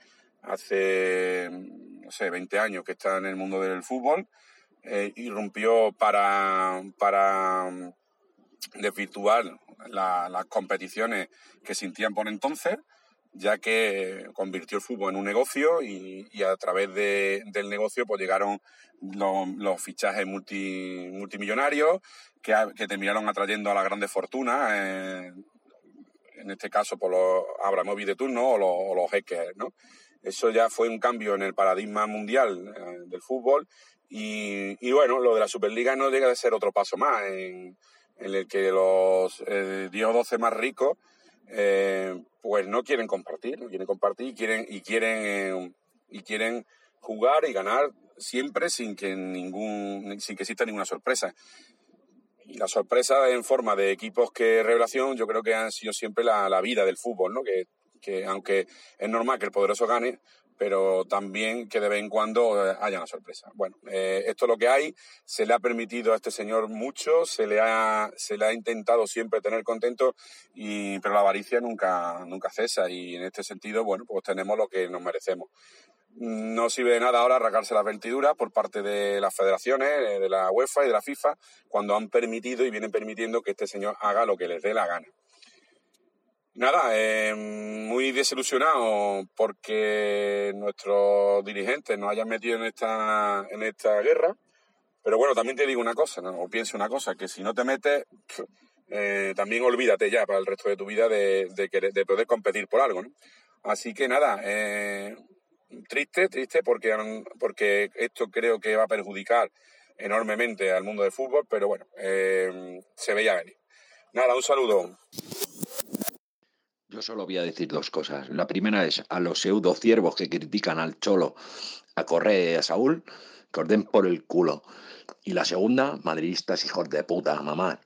hace, no sé, veinte años que está en el mundo del fútbol, eh, irrumpió para, para desvirtuar la, las competiciones que sentían por entonces, ya que convirtió el fútbol en un negocio y, y a través de, del negocio pues llegaron los, los fichajes multi, multimillonarios que, que terminaron atrayendo a las grandes fortunas, eh, en este caso por los Abramovich de turno o los, o los jeques, ¿no? Eso ya fue un cambio en el paradigma mundial eh, del fútbol y, y bueno, lo de la Superliga no llega a ser otro paso más en, en el que los eh, diez o doce más ricos Eh, pues no quieren compartir, no quieren compartir y quieren y quieren eh, y quieren jugar y ganar siempre sin que ningún sin que exista ninguna sorpresa. Y la sorpresa en forma de equipos que revelación, yo creo que han sido siempre la, la vida del fútbol, ¿no? Que, que aunque es normal que el poderoso gane, pero también que de vez en cuando haya una sorpresa. Bueno, eh, esto es lo que hay, se le ha permitido a este señor mucho, se le ha, se le ha intentado siempre tener contento, y, pero la avaricia nunca, nunca cesa y en este sentido, bueno, pues tenemos lo que nos merecemos. No sirve de nada ahora arrancarse las vestiduras por parte de las federaciones, de la UEFA y de la FIFA, cuando han permitido y vienen permitiendo que este señor haga lo que les dé la gana. Nada, eh, muy desilusionado porque nuestros dirigentes nos hayan metido en esta en esta guerra, pero bueno, también te digo una cosa, ¿no? O pienso una cosa, que si no te metes, eh, también olvídate ya para el resto de tu vida de, de, querer, de poder competir por algo, ¿no? Así que nada, eh, triste, triste porque, porque esto creo que va a perjudicar enormemente al mundo del fútbol, pero bueno, eh, se veía venir. Nada, un saludo. Yo solo voy a decir dos cosas. La primera es a los pseudociervos que critican al Cholo, a Correa y a Saúl, que os den por el culo. Y la segunda, madridistas hijos de puta, mamá.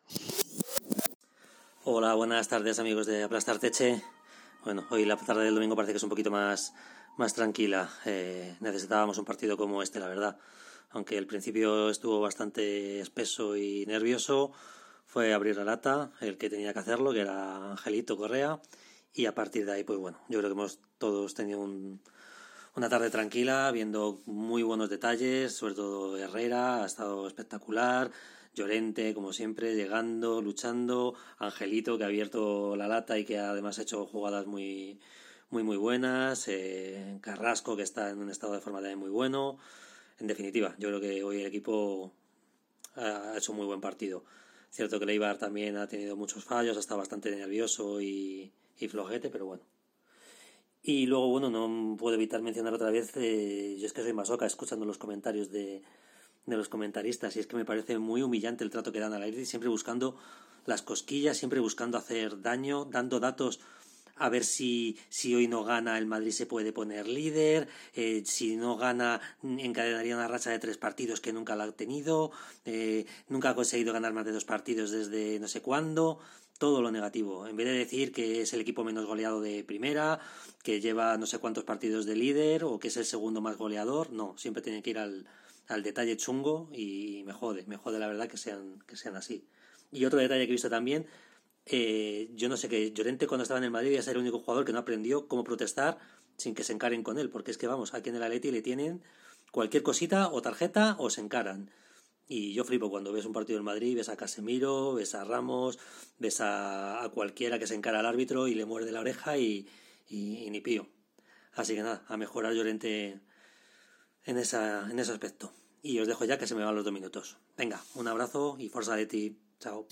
Hola, buenas tardes amigos de Aplastar Teche. Bueno, hoy la tarde del domingo parece que es un poquito más, más tranquila. Eh, necesitábamos un partido como este, la verdad. Aunque el principio estuvo bastante espeso y nervioso, fue abrir la lata el que tenía que hacerlo, que era Angelito Correa. Y a partir de ahí, pues bueno, yo creo que hemos todos tenido un, una tarde tranquila, viendo muy buenos detalles, sobre todo Herrera, ha estado espectacular, Llorente, como siempre, llegando, luchando, Angelito, que ha abierto la lata y que además ha hecho jugadas muy, muy, muy buenas, eh, Carrasco, que está en un estado de forma también muy bueno. En definitiva, yo creo que hoy el equipo ha hecho un muy buen partido. Cierto que Leibar también ha tenido muchos fallos, ha estado bastante nervioso y... y flojete, pero bueno. Y luego, bueno, no puedo evitar mencionar otra vez, eh, yo es que soy masoca escuchando los comentarios de, de los comentaristas, y es que me parece muy humillante el trato que dan al aire, siempre buscando las cosquillas, siempre buscando hacer daño, dando datos a ver si, si hoy no gana el Madrid se puede poner líder, eh, si no gana encadenaría una racha de tres partidos que nunca la ha tenido, eh, nunca ha conseguido ganar más de dos partidos desde no sé cuándo. Todo lo negativo, en vez de decir que es el equipo menos goleado de primera, que lleva no sé cuántos partidos de líder o que es el segundo más goleador, no, siempre tiene que ir al, al detalle chungo y me jode, me jode la verdad que sean, que sean así. Y otro detalle que he visto también, eh, yo no sé que Llorente cuando estaba en el Madrid iba a ser el único jugador que no aprendió cómo protestar sin que se encaren con él, porque es que vamos, aquí en el Atleti le tienen cualquier cosita o tarjeta o se encaran. Y yo flipo cuando ves un partido del Madrid, ves a Casemiro, ves a Ramos, ves a, a cualquiera que se encara al árbitro y le muerde la oreja y, y, y ni pío. Así que nada, a mejorar Llorente en, esa, en ese aspecto. Y os dejo ya que se me van los dos minutos. Venga, un abrazo y Forza Atleti. Chao.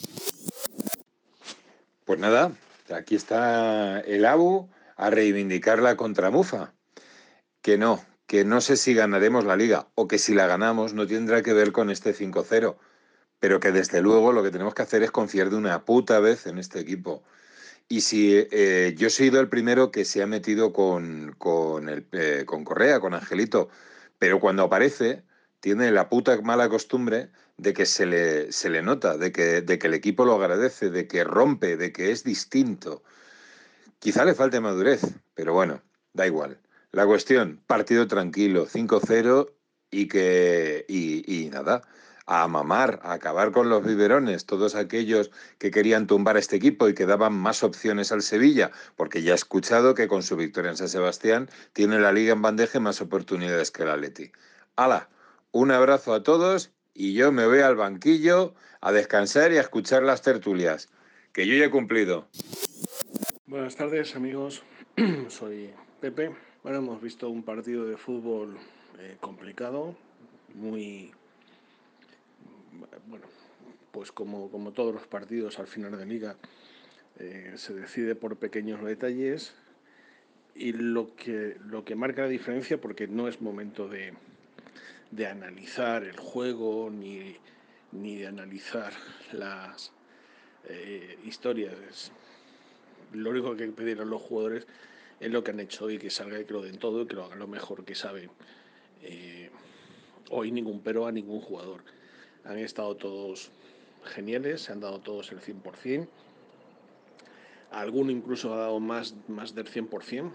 Pues nada, aquí está el Abu a reivindicar la contramufa. Que no, que no sé si ganaremos la Liga o que si la ganamos no tendrá que ver con este cinco cero, pero que desde luego lo que tenemos que hacer es confiar de una puta vez en este equipo. Y si eh, yo he sido el primero que se ha metido con, con, el, eh, con Correa, con Angelito, pero cuando aparece tiene la puta mala costumbre de que se le, se le nota, de que, de que el equipo lo agradece, de que rompe, de que es distinto. Quizá le falte madurez, pero bueno, da igual. La cuestión, partido tranquilo, cinco cero y que y, y nada, a mamar, a acabar con los biberones, todos aquellos que querían tumbar a este equipo y que daban más opciones al Sevilla, porque ya he escuchado que con su victoria en San Sebastián tiene la Liga en bandeja y más oportunidades que el Atleti. ¡Hala! Un abrazo a todos y yo me voy al banquillo a descansar y a escuchar las tertulias, que yo ya he cumplido. Buenas tardes, amigos. Soy Pepe. Bueno, hemos visto un partido de fútbol eh, complicado, muy... Bueno, pues como, como todos los partidos al final de liga, eh, se decide por pequeños detalles y lo que, lo que marca la diferencia, porque no es momento de, de analizar el juego ni, ni de analizar las eh, historias. Lo único que pedir a los jugadores es lo que han hecho hoy, que salga y que lo den todo y que lo hagan lo mejor que saben. Eh, hoy ningún pero a ningún jugador. Han estado todos geniales, se han dado todos el cien por ciento. Alguno incluso ha dado más, más del cien por ciento.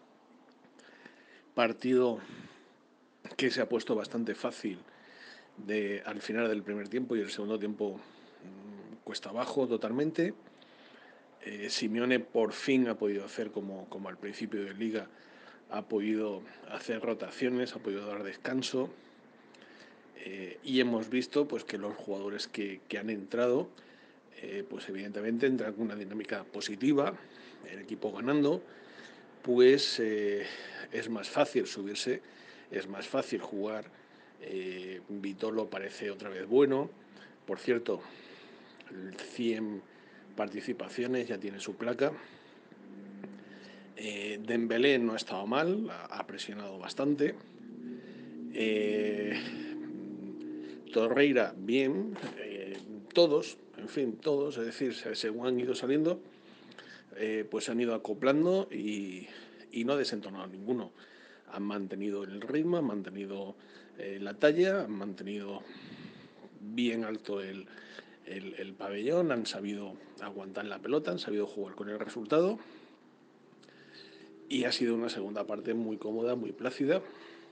Partido que se ha puesto bastante fácil de, al final del primer tiempo, y el segundo tiempo mmm, cuesta abajo totalmente. Eh, Simeone por fin ha podido hacer como, como al principio de liga, ha podido hacer rotaciones, ha podido dar descanso. Eh, y hemos visto pues que los jugadores que, que han entrado, eh, pues evidentemente entran con una dinámica positiva, el equipo ganando, pues eh, es más fácil subirse, es más fácil jugar. eh, Vitolo parece otra vez bueno, por cierto, cien participaciones, ya tiene su placa. eh, Dembélé no ha estado mal, ha, ha presionado bastante. eh, Torreira, bien, eh, todos, en fin, todos, es decir, según han ido saliendo, eh, pues se han ido acoplando y, y no ha desentonado ninguno. Han mantenido el ritmo, han mantenido eh, la talla, han mantenido bien alto el, el, el pabellón, han sabido aguantar la pelota, han sabido jugar con el resultado y ha sido una segunda parte muy cómoda, muy plácida.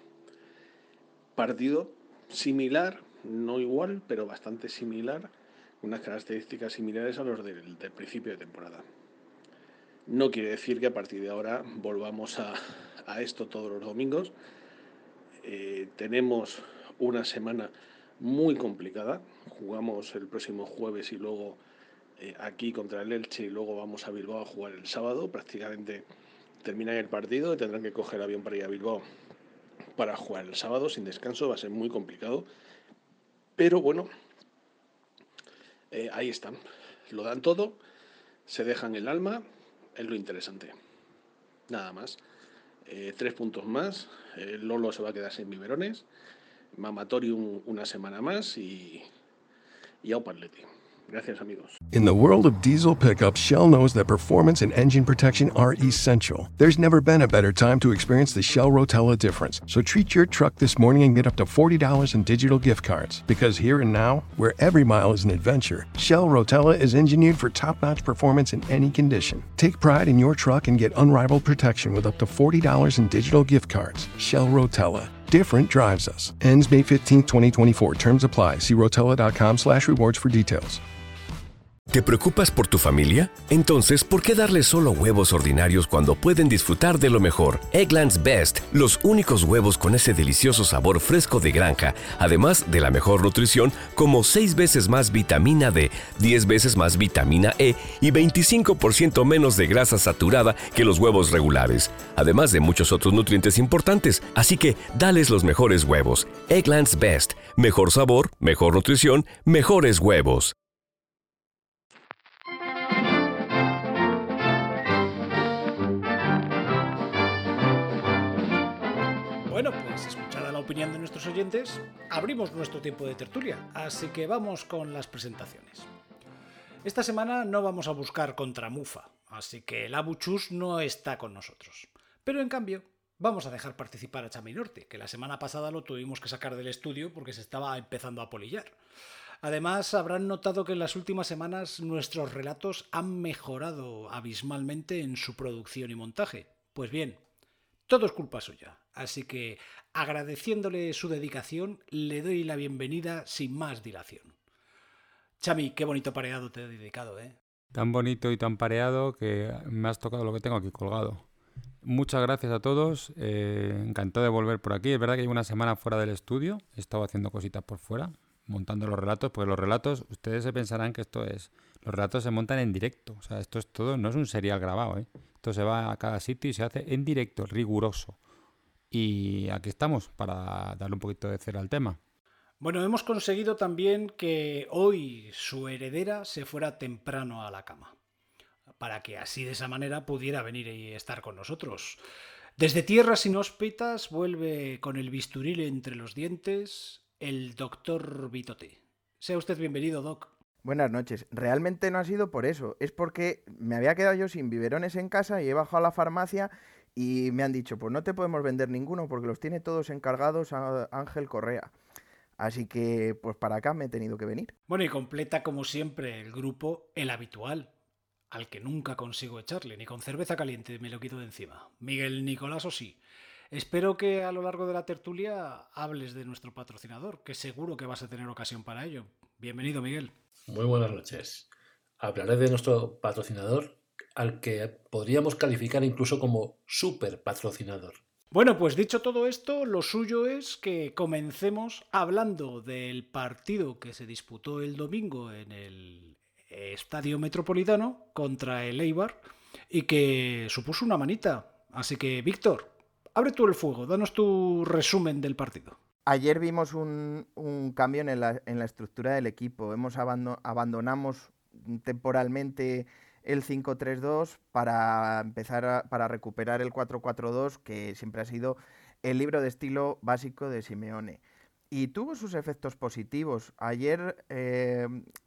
Partido similar, no igual, pero bastante similar, unas características similares a los del, del principio de temporada. No quiere decir que a partir de ahora volvamos a, a esto todos los domingos. Eh, tenemos una semana muy complicada. Jugamos el próximo jueves y luego eh, aquí contra el Elche y luego vamos a Bilbao a jugar el sábado. Prácticamente terminan el partido y tendrán que coger avión para ir a Bilbao para jugar el sábado sin descanso. Va a ser muy complicado. Pero bueno, eh, ahí están. Lo dan todo, se dejan el alma, es lo interesante. Nada más. Eh, tres puntos más. Eh, Lolo se va a quedar sin biberones. Mamatorium una semana más y, y au Atleti. Gracias, amigos. In the world of diesel pickups, Shell knows that performance and engine protection are essential. There's never been a better time to experience the Shell Rotella difference. So treat your truck this morning and get up to forty dollars in digital gift cards. Because here and now, where every mile is an adventure, Shell Rotella is engineered for top-notch performance in any condition. Take pride in your truck and get unrivaled protection with up to forty dollars in digital gift cards. Shell Rotella. Different drives us. Ends May fifteenth, twenty twenty-four. Terms apply. See rotella.com slash rewards for details. ¿Te preocupas por tu familia? Entonces, ¿por qué darles solo huevos ordinarios cuando pueden disfrutar de lo mejor? Eggland's Best, los únicos huevos con ese delicioso sabor fresco de granja, además de la mejor nutrición, como seis veces más vitamina D, diez veces más vitamina E y veinticinco por ciento menos de grasa saturada que los huevos regulares, además de muchos otros nutrientes importantes. Así que, dales los mejores huevos. Eggland's Best, mejor sabor, mejor nutrición, mejores huevos. Bueno, pues escuchada la opinión de nuestros oyentes, abrimos nuestro tiempo de tertulia, así que vamos con las presentaciones. Esta semana no vamos a buscar contra Mufa, así que el Abu Chus no está con nosotros. Pero en cambio, vamos a dejar participar a Chami Norte, que la semana pasada lo tuvimos que sacar del estudio porque se estaba empezando a polillar. Además, habrán notado que en las últimas semanas nuestros relatos han mejorado abismalmente en su producción y montaje. Pues bien, todo es culpa suya, así que agradeciéndole su dedicación le doy la bienvenida sin más dilación. Chami, qué bonito pareado te he dedicado, ¿eh? Tan bonito y tan pareado que me has tocado lo que tengo aquí colgado. Muchas gracias a todos, eh, encantado de volver por aquí. Es verdad que llevo una semana fuera del estudio, he estado haciendo cositas por fuera, montando los relatos, porque los relatos, ustedes se pensarán que esto es, los relatos se montan en directo, o sea, esto es todo, no es un serial grabado, ¿eh? Esto se va a cada sitio y se hace en directo, riguroso. Y aquí estamos para darle un poquito de cera al tema. Bueno, hemos conseguido también que hoy su heredera se fuera temprano a la cama, para que así de esa manera pudiera venir y estar con nosotros. Desde tierras inhóspitas vuelve con el bisturí entre los dientes el doctor Vitote. Sea usted bienvenido, Doc. Buenas noches. Realmente no ha sido por eso. Es porque me había quedado yo sin biberones en casa y he bajado a la farmacia y me han dicho, pues no te podemos vender ninguno porque los tiene todos encargados a Ángel Correa. Así que, pues para acá me he tenido que venir. Bueno, y completa como siempre el grupo El Habitual, al que nunca consigo echarle, ni con cerveza caliente me lo quito de encima. Miguel Nicolás Osí. Espero que a lo largo de la tertulia hables de nuestro patrocinador, que seguro que vas a tener ocasión para ello. Bienvenido, Miguel. Muy buenas noches. Hablaré de nuestro patrocinador, al que podríamos calificar incluso como super patrocinador. Bueno, pues dicho todo esto, lo suyo es que comencemos hablando del partido que se disputó el domingo en el Estadio Metropolitano contra el Eibar y que supuso una manita. Así que, Víctor, abre tú el fuego, danos tu resumen del partido. Ayer vimos un, un cambio en la, en la estructura del equipo. Hemos abandon, abandonamos temporalmente el cinco tres dos para empezar a, para recuperar el cuatro cuatro dos, que siempre ha sido el libro de estilo básico de Simeone. Y tuvo sus efectos positivos. Ayer eh,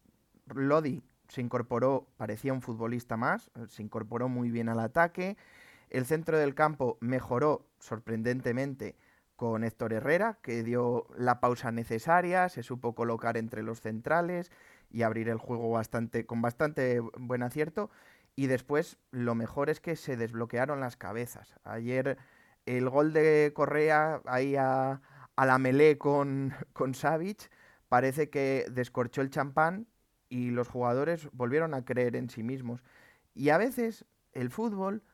Lodi se incorporó, parecía un futbolista más, se incorporó muy bien al ataque. El centro del campo mejoró sorprendentemente con Héctor Herrera, que dio la pausa necesaria, se supo colocar entre los centrales y abrir el juego bastante, con bastante buen acierto. Y después lo mejor es que se desbloquearon las cabezas. Ayer el gol de Correa ahí a, a la melé con, con Savic parece que descorchó el champán y los jugadores volvieron a creer en sí mismos. Y a veces el fútbol...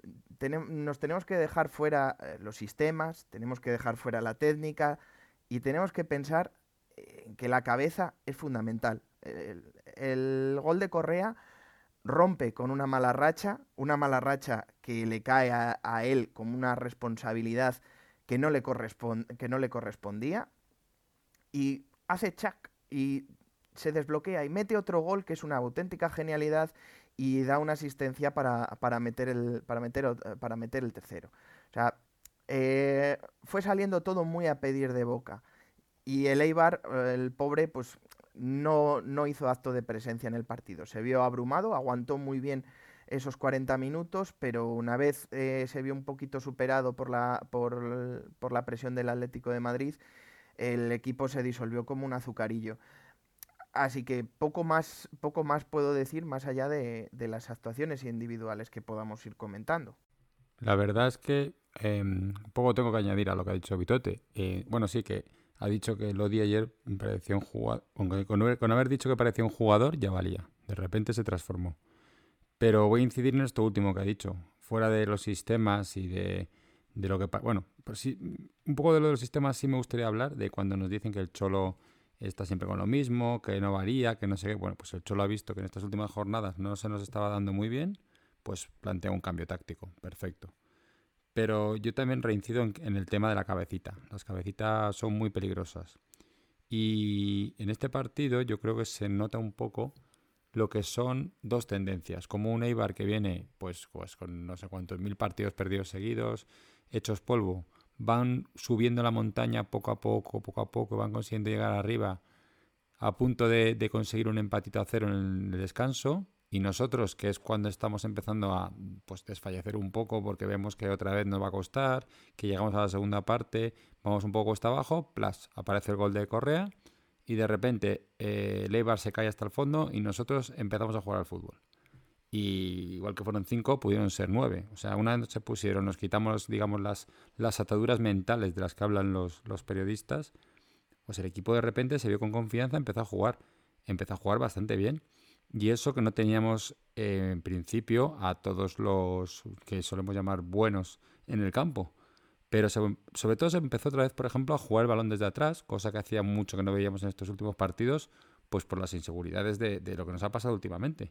nos tenemos que dejar fuera los sistemas, tenemos que dejar fuera la técnica y tenemos que pensar que la cabeza es fundamental. El, el gol de Correa rompe con una mala racha, una mala racha que le cae a, a él como una responsabilidad que no le correspond, que no le correspondía, y hace chac y se desbloquea y mete otro gol que es una auténtica genialidad y da una asistencia para, para, meter, el, para, meter, para meter el tercero. O sea, eh, fue saliendo todo muy a pedir de boca. Y el Eibar, el pobre, pues no, no hizo acto de presencia en el partido. Se vio abrumado, aguantó muy bien esos cuarenta minutos, pero una vez eh, se vio un poquito superado por la, por, por la presión del Atlético de Madrid, el equipo se disolvió como un azucarillo. Así que poco más, poco más puedo decir más allá de, de las actuaciones individuales que podamos ir comentando. La verdad es que eh, poco tengo que añadir a lo que ha dicho Vitote. Eh, bueno, sí que ha dicho que Lodi ayer parecía un jugador, aunque con, con haber dicho que parecía un jugador ya valía, de repente se transformó. Pero voy a incidir en esto último que ha dicho, fuera de los sistemas y de, de lo que... Bueno, pues sí, un poco de lo de los sistemas sí me gustaría hablar, de cuando nos dicen que el Cholo está siempre con lo mismo, que no varía, que no sé qué. Bueno, pues el Cholo ha visto que en estas últimas jornadas no se nos estaba dando muy bien, pues plantea un cambio táctico, perfecto. Pero yo también reincido en, en el tema de la cabecita. Las cabecitas son muy peligrosas. Y en este partido yo creo que se nota un poco lo que son dos tendencias. Como un Eibar que viene pues, pues con no sé cuántos mil partidos perdidos seguidos, hechos polvo, van subiendo la montaña poco a poco, poco a poco, van consiguiendo llegar arriba a punto de, de conseguir un empatito a cero en el descanso. Y nosotros, que es cuando estamos empezando a pues, desfallecer un poco porque vemos que otra vez nos va a costar, que llegamos a la segunda parte, vamos un poco cuesta abajo, plus, aparece el gol de Correa y de repente eh, el Eibar se cae hasta el fondo y nosotros empezamos a jugar al fútbol. Y igual que fueron cinco, pudieron ser nueve. O sea, una vez se pusieron, nos quitamos, digamos, las, las ataduras mentales de las que hablan los, los periodistas, pues el equipo de repente se vio con confianza, empezó a jugar, empezó a jugar bastante bien. Y eso que no teníamos eh, en principio a todos los que solemos llamar buenos en el campo. Pero se, sobre todo se empezó otra vez, por ejemplo, a jugar el balón desde atrás, cosa que hacía mucho que no veíamos en estos últimos partidos, pues por las inseguridades de, de lo que nos ha pasado últimamente.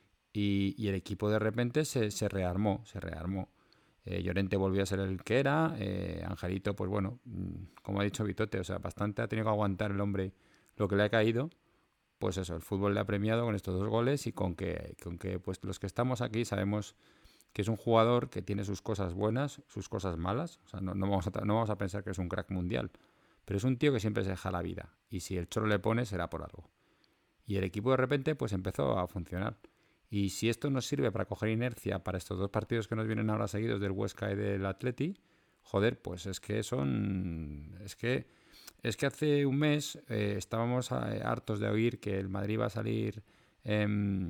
Y, y el equipo de repente se, se rearmó, se rearmó. Eh, Llorente volvió a ser el que era, eh, Angelito, pues bueno, como ha dicho Vitote, o sea, bastante ha tenido que aguantar el hombre lo que le ha caído. Pues eso, el fútbol le ha premiado con estos dos goles y con que, con que pues los que estamos aquí sabemos que es un jugador que tiene sus cosas buenas, sus cosas malas. O sea, no, no, vamos a, no vamos a pensar que es un crack mundial, pero es un tío que siempre se deja la vida y si el Cholo le pone será por algo. Y el equipo de repente pues empezó a funcionar. Y si esto nos sirve para coger inercia para estos dos partidos que nos vienen ahora seguidos del Huesca y del Atleti, joder, pues es que son... es que... Es que hace un mes eh, estábamos eh, hartos de oír que el Madrid va a salir eh,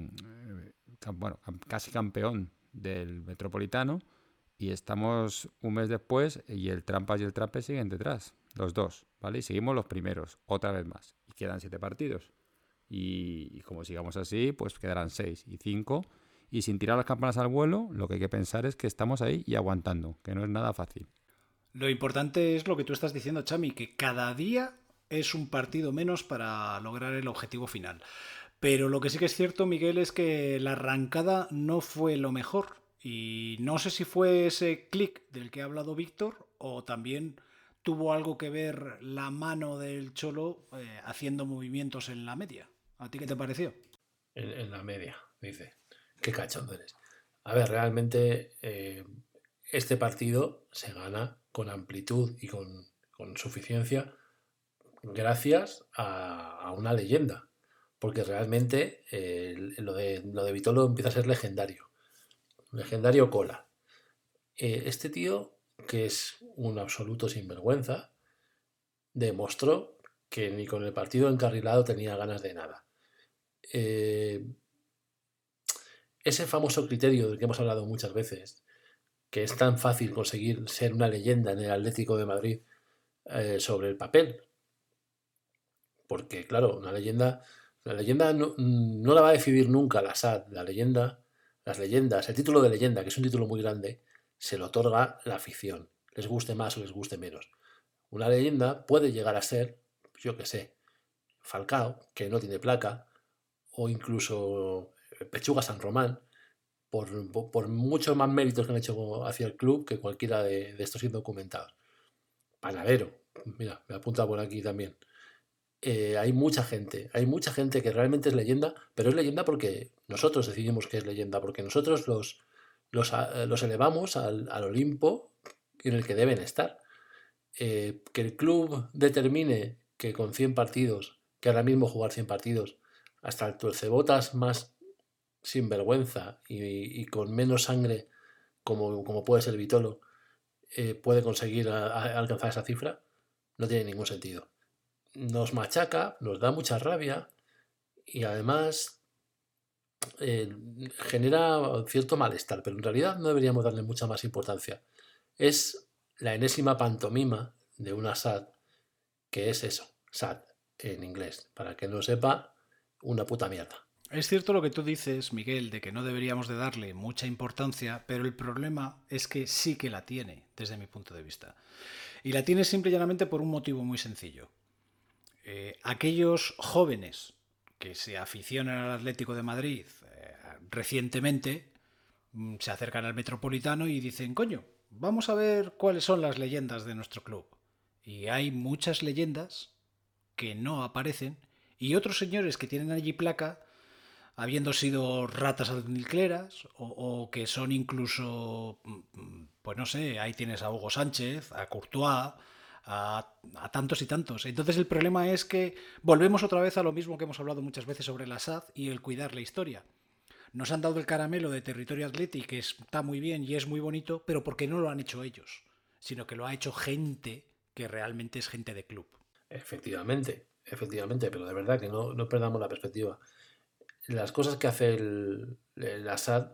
cam- bueno, cam- casi campeón del Metropolitano y estamos un mes después y el Trampas y el Trape siguen detrás, los dos, ¿vale? Y seguimos los primeros, otra vez más. Y quedan siete partidos. Y, y como sigamos así, pues quedarán seis y cinco. Y sin tirar las campanas al vuelo, lo que hay que pensar es que estamos ahí y aguantando, que no es nada fácil. Lo importante es lo que tú estás diciendo, Chami, que cada día es un partido menos para lograr el objetivo final. Pero lo que sí que es cierto, Miguel, es que la arrancada no fue lo mejor. Y no sé si fue ese clic del que ha hablado Víctor o también tuvo algo que ver la mano del Cholo eh, haciendo movimientos en la media. ¿A ti qué te pareció? En, en la media, dice. Qué cachondo eres. A ver, realmente eh, este partido se gana con amplitud y con, con suficiencia gracias a, a una leyenda. Porque realmente eh, lo de, lo de Vitolo empieza a ser legendario. Legendario Cola. Eh, este tío, que es un absoluto sinvergüenza, demostró que ni con el partido encarrilado tenía ganas de nada. Eh, ese famoso criterio del que hemos hablado muchas veces, que es tan fácil conseguir ser una leyenda en el Atlético de Madrid eh, sobre el papel. Porque, claro, una leyenda, la leyenda no, no la va a decidir nunca la S A D. La leyenda, las leyendas, el título de leyenda, que es un título muy grande, se lo otorga la afición, les guste más o les guste menos. Una leyenda puede llegar a ser, yo qué sé, Falcao, que no tiene placa, o incluso Pechuga San Román, por, por, por muchos más méritos que han hecho hacia el club que cualquiera de, de estos indocumentados. Panadero, mira, me apunta por aquí también. Eh, hay mucha gente, hay mucha gente que realmente es leyenda, pero es leyenda porque nosotros decidimos que es leyenda, porque nosotros los, los, los elevamos al, al Olimpo en el que deben estar. Eh, que el club determine que con cien partidos, que ahora mismo jugar cien partidos, hasta el tuercebotas más sinvergüenza y, y con menos sangre como, como puede ser Vitolo, eh, puede conseguir a, a alcanzar esa cifra, no tiene ningún sentido. Nos machaca, nos da mucha rabia y además eh, genera cierto malestar, pero en realidad no deberíamos darle mucha más importancia. es la enésima pantomima de una S A D, que es eso, S A D en inglés. Para que no lo sepa, una puta mierda. Es cierto lo que tú dices, Miguel, de que no deberíamos de darle mucha importancia, pero el problema es que sí que la tiene, desde mi punto de vista. Y la tiene simple y llanamente por un motivo muy sencillo. Eh, aquellos jóvenes que se aficionan al Atlético de Madrid eh, recientemente mm, se acercan al Metropolitano y dicen, coño, vamos a ver cuáles son las leyendas de nuestro club. Y hay muchas leyendas que no aparecen y otros señores que tienen allí placa habiendo sido ratas almizcleras o, o que son incluso, pues no sé, ahí tienes a Hugo Sánchez, a Courtois, a, a tantos y tantos. Entonces el problema es que volvemos otra vez a lo mismo que hemos hablado muchas veces sobre la S A D y el cuidar la historia. Nos han dado el caramelo de Territorio Athletic, que está muy bien y es muy bonito, pero porque no lo han hecho ellos, sino que lo ha hecho gente que realmente es gente de club. Efectivamente, efectivamente, pero de verdad que no, no perdamos la perspectiva. Las cosas que hace el, el A S A D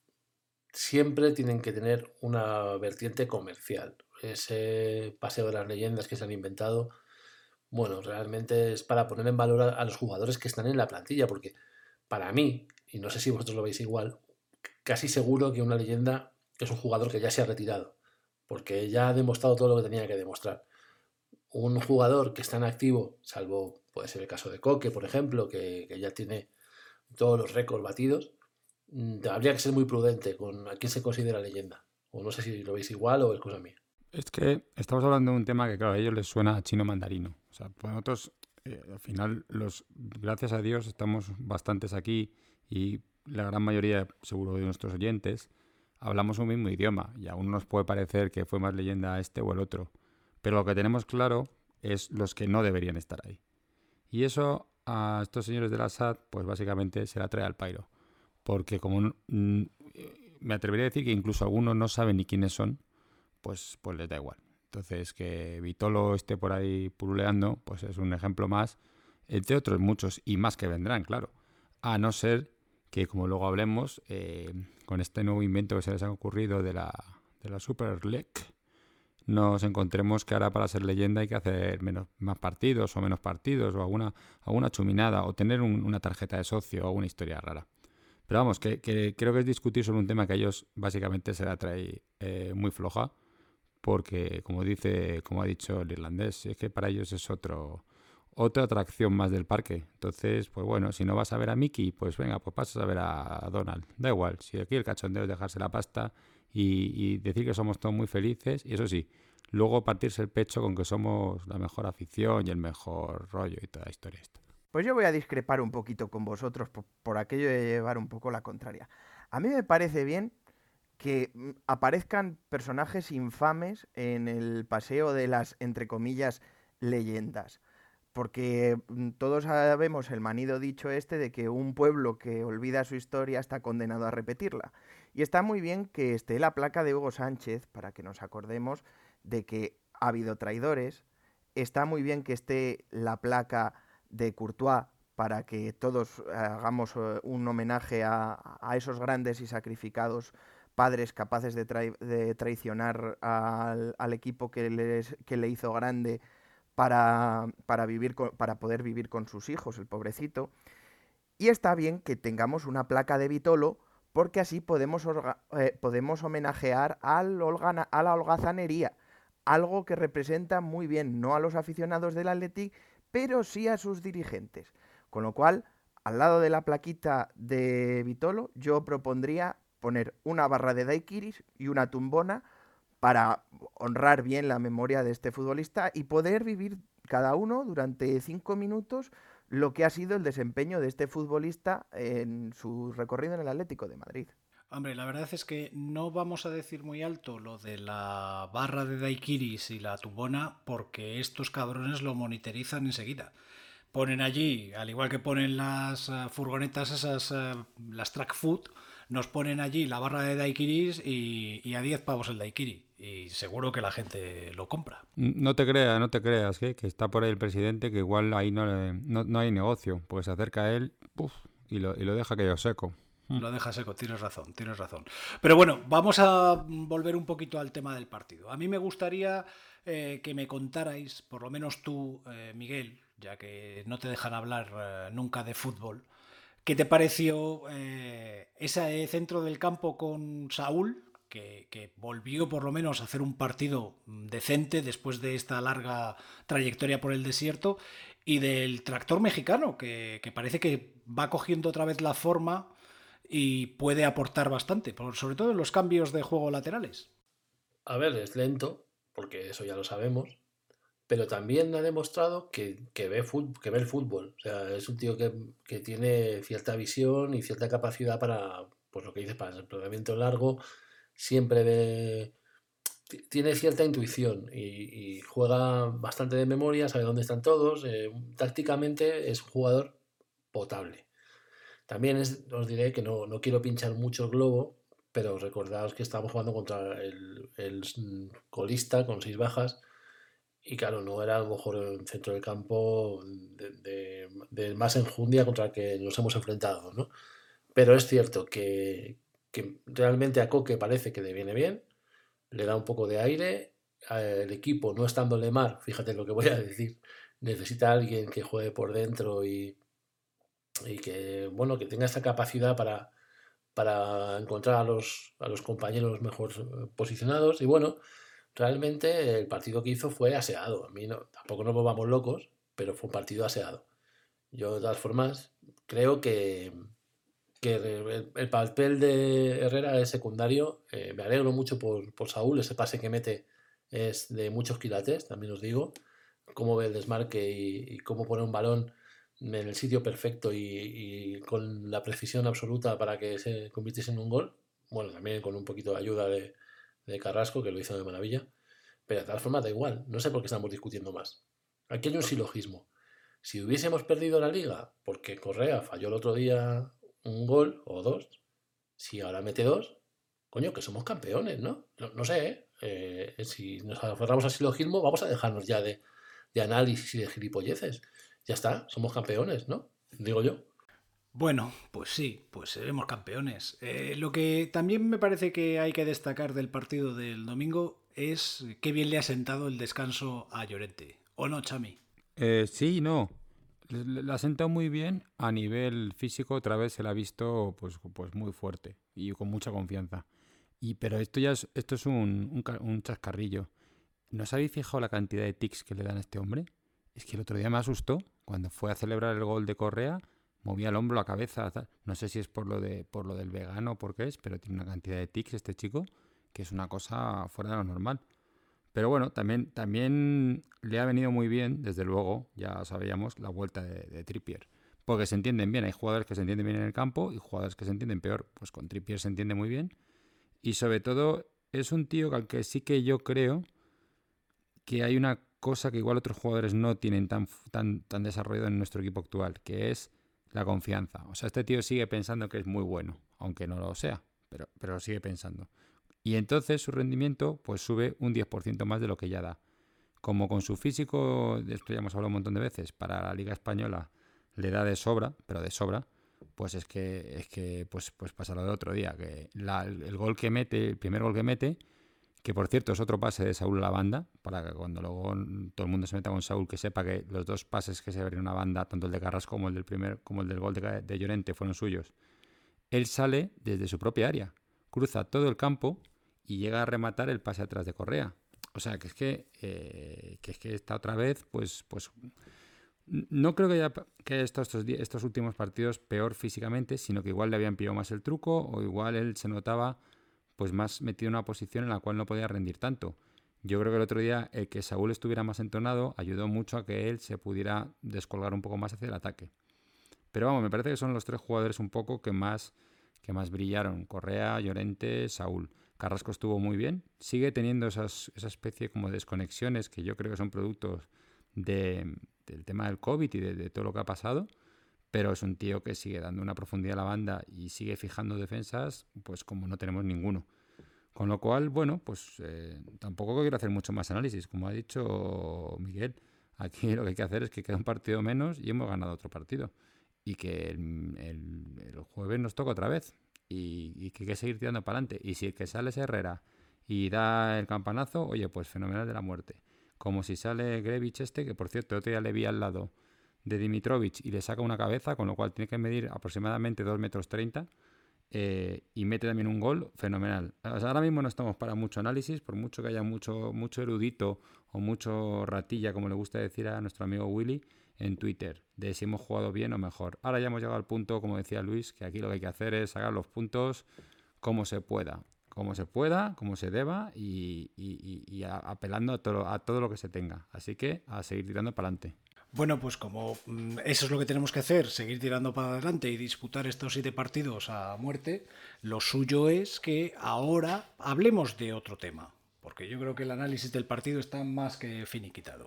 siempre tienen que tener una vertiente comercial. Ese paseo de las leyendas que se han inventado, bueno, realmente es para poner en valor a, a los jugadores que están en la plantilla, porque para mí, y no sé si vosotros lo veis igual, casi seguro que una leyenda es un jugador que ya se ha retirado, porque ya ha demostrado todo lo que tenía que demostrar. Un jugador que está en activo, salvo puede ser el caso de Coque, por ejemplo, que, que ya tiene todos los récords batidos, habría que ser muy prudente con a quién se considera leyenda. O no sé si lo veis igual o es cosa mía. Es que estamos hablando de un tema que, claro, a ellos les suena a chino mandarino. O sea, pues nosotros, eh, al final, los, gracias a Dios, estamos bastantes aquí y la gran mayoría, seguro, de nuestros oyentes, hablamos un mismo idioma y aún nos puede parecer que fue más leyenda este o el otro. Pero lo que tenemos claro es los que no deberían estar ahí. Y eso a estos señores de la S A D, pues básicamente se la trae al pairo. Porque como mm, me atrevería a decir que incluso algunos no saben ni quiénes son, pues, pues les da igual. Entonces, que Vitolo esté por ahí pululeando, pues es un ejemplo más, entre otros muchos, y más que vendrán, claro. A no ser que, como luego hablemos, eh, con este nuevo invento que se les ha ocurrido de la, de la Super League, nos encontremos que ahora para ser leyenda hay que hacer menos, más partidos o menos partidos o alguna, alguna chuminada o tener un, una tarjeta de socio o alguna historia rara. Pero vamos, que, que creo que es discutir sobre un tema que a ellos básicamente se la trae eh, muy floja porque, como dice, como ha dicho el irlandés, es que para ellos es otro otra atracción más del parque. Entonces, pues bueno, si no vas a ver a Mickey, pues venga, pues pasas a ver a Donald. Da igual, si aquí el cachondeo es dejarse la pasta y, y decir que somos todos muy felices, y eso sí, luego partirse el pecho con que somos la mejor afición y el mejor rollo y toda la historia esta. Pues yo voy a discrepar un poquito con vosotros por, por aquello de llevar un poco la contraria. A mí me parece bien que aparezcan personajes infames en el paseo de las, entre comillas, leyendas. Porque todos sabemos el manido dicho este de que un pueblo que olvida su historia está condenado a repetirla. Y está muy bien que esté la placa de Hugo Sánchez para que nos acordemos de que ha habido traidores. Está muy bien que esté la placa de Courtois para que todos hagamos un homenaje a, a esos grandes y sacrificados padres capaces de, trai- de traicionar al, al equipo que, les, que le hizo grande para, para, vivir con, para poder vivir con sus hijos, el pobrecito. Y está bien que tengamos una placa de Vitolo porque así podemos, orga, eh, podemos homenajear al holgana, a la holgazanería, algo que representa muy bien no a los aficionados del Athletic, pero sí a sus dirigentes. Con lo cual, al lado de la plaquita de Vitolo, yo propondría poner una barra de daiquiris y una tumbona para honrar bien la memoria de este futbolista y poder vivir cada uno durante cinco minutos lo que ha sido el desempeño de este futbolista en su recorrido en el Atlético de Madrid. Hombre, la verdad es que no vamos a decir muy alto lo de la barra de daiquiris y la tumbona porque estos cabrones lo monitorizan enseguida. Ponen allí, al igual que ponen las uh, furgonetas esas, uh, las track food, nos ponen allí la barra de daiquiris y, y a diez pavos el daiquiri. Y seguro que la gente lo compra. No te creas, no te creas, ¿eh? Que está por ahí el presidente que igual ahí no, no, no hay negocio. Pues se acerca a él puff, y, lo, y lo deja que yo seco. Lo deja seco, tienes razón, tienes razón. Pero bueno, vamos a volver un poquito al tema del partido. A mí me gustaría eh, que me contarais, por lo menos tú, eh, Miguel, ya que no te dejan hablar eh, nunca de fútbol, ¿qué te pareció eh, ese centro del campo con Saúl, que, que volvió por lo menos a hacer un partido decente después de esta larga trayectoria por el desierto, y del tractor mexicano, que, que parece que va cogiendo otra vez la forma y puede aportar bastante, por, sobre todo en los cambios de juego laterales? A ver, es lento, porque eso ya lo sabemos, pero también ha demostrado que, que, ve, fut, que ve el fútbol. O sea, es un tío que, que tiene cierta visión y cierta capacidad para, pues lo que dices, para el entrenamiento largo, siempre ve, tiene cierta intuición y, y juega bastante de memoria, sabe dónde están todos, eh, tácticamente es un jugador potable. También es, os diré que no, no quiero pinchar mucho el globo, pero recordaos que estábamos jugando contra el, el colista con seis bajas y claro, no era a lo mejor el centro del campo de, de, de más enjundia contra el que nos hemos enfrentado, ¿no? Pero es cierto que, que realmente a Coque parece que le viene bien, le da un poco de aire, el equipo no estando Lemar, fíjate lo que voy a decir, necesita a alguien que juegue por dentro y y que bueno que tenga esa capacidad para, para encontrar a los, a los compañeros mejor posicionados y bueno, realmente el partido que hizo fue aseado. A mí no, tampoco nos volvamos locos, pero fue un partido aseado. Yo de todas formas creo que, que el, el papel de Herrera es secundario. Eh, me alegro mucho por, por Saúl, ese pase que mete es de muchos quilates, también os digo, cómo ve el desmarque y, y cómo pone un balón en el sitio perfecto y, y con la precisión absoluta para que se convirtiese en un gol. Bueno, también con un poquito de ayuda de, de Carrasco, que lo hizo de maravilla. Pero de todas formas da igual, no sé por qué estamos discutiendo más. Aquí hay un silogismo. Si hubiésemos perdido la liga porque Correa falló el otro día un gol o dos, si ahora mete dos, coño, que somos campeones, ¿no? No, no sé, ¿eh? Eh, si nos aferramos al silogismo, vamos a dejarnos ya de, de análisis y de gilipolleces. Ya está, somos campeones, ¿no? Digo yo. Bueno, pues sí, pues seremos campeones. Eh, lo que también me parece que hay que destacar del partido del domingo es qué bien le ha sentado el descanso a Llorente. ¿O no, Chami? Eh, sí, no. Le, le ha sentado muy bien a nivel físico. Otra vez se la ha visto pues, pues muy fuerte y con mucha confianza. Y, pero esto ya es, esto es un, un, un chascarrillo. ¿No os habéis fijado la cantidad de tics que le dan a este hombre? Es que el otro día me asustó. Cuando fue a celebrar el gol de Correa, movía el hombro, la cabeza. Tal. No sé si es por lo de por lo del vegano o por qué es, pero tiene una cantidad de tics este chico que es una cosa fuera de lo normal. Pero bueno, también, también le ha venido muy bien, desde luego, ya sabíamos, la vuelta de, de Trippier. Porque se entienden bien. Hay jugadores que se entienden bien en el campo y jugadores que se entienden peor. Pues con Trippier se entiende muy bien. Y sobre todo, es un tío al que sí que yo creo que hay una cosa que igual otros jugadores no tienen tan, tan, tan desarrollado en nuestro equipo actual, que es la confianza. O sea, este tío sigue pensando que es muy bueno, aunque no lo sea, pero, pero lo sigue pensando. Y entonces su rendimiento pues sube un diez por ciento más de lo que ya da. Como con su físico, de esto ya hemos hablado un montón de veces, para la Liga Española le da de sobra, pero de sobra, pues es que, es que pues, pues pasa lo del otro día, que la, el, el gol que mete, el primer gol que mete, que por cierto es otro pase de Saúl a la banda, para que cuando luego todo el mundo se meta con Saúl, que sepa que los dos pases que se abren una banda, tanto el de Carrasco como el del primer, como el del gol de, de Llorente, fueron suyos. Él sale desde su propia área, cruza todo el campo y llega a rematar el pase atrás de Correa. O sea, que es que, eh, que, es que esta otra vez, pues, pues no creo que haya que estos, estos, estos últimos partidos peor físicamente, sino que igual le habían pillado más el truco o igual él se notaba pues más metido en una posición en la cual no podía rendir tanto. Yo creo que el otro día el que Saúl estuviera más entonado ayudó mucho a que él se pudiera descolgar un poco más hacia el ataque. Pero vamos, me parece que son los tres jugadores un poco que más, que más brillaron. Correa, Llorente, Saúl. Carrasco estuvo muy bien. Sigue teniendo esas, esa especie como de desconexiones que yo creo que son productos de, del tema del COVID y de, de todo lo que ha pasado. Pero es un tío que sigue dando una profundidad a la banda y sigue fijando defensas, pues como no tenemos ninguno. Con lo cual, bueno, pues eh, tampoco quiero hacer mucho más análisis. Como ha dicho Miguel, aquí lo que hay que hacer es que queda un partido menos y hemos ganado otro partido. y que el, el, el jueves nos toca otra vez y, y que hay que seguir tirando para adelante. Y si el que sale es Herrera y da el campanazo, oye, pues fenomenal de la muerte. Como si sale Grevich este, que por cierto, otro día le vi al lado de Dimitrovic y le saca una cabeza, con lo cual tiene que medir aproximadamente dos metros treinta eh, y mete también un gol fenomenal. O sea, ahora mismo no estamos para mucho análisis, por mucho que haya mucho, mucho erudito o mucho ratilla, como le gusta decir a nuestro amigo Willy, en Twitter, de si hemos jugado bien o mejor. Ahora ya hemos llegado al punto, como decía Luis, que aquí lo que hay que hacer es sacar los puntos como se pueda. como se pueda, como se deba y, y, y a, apelando a todo, a todo lo que se tenga. Así que a seguir tirando para adelante. Bueno, pues como mm, eso es lo que tenemos que hacer, seguir tirando para adelante y disputar estos siete partidos a muerte, lo suyo es que ahora hablemos de otro tema, porque yo creo que el análisis del partido está más que finiquitado.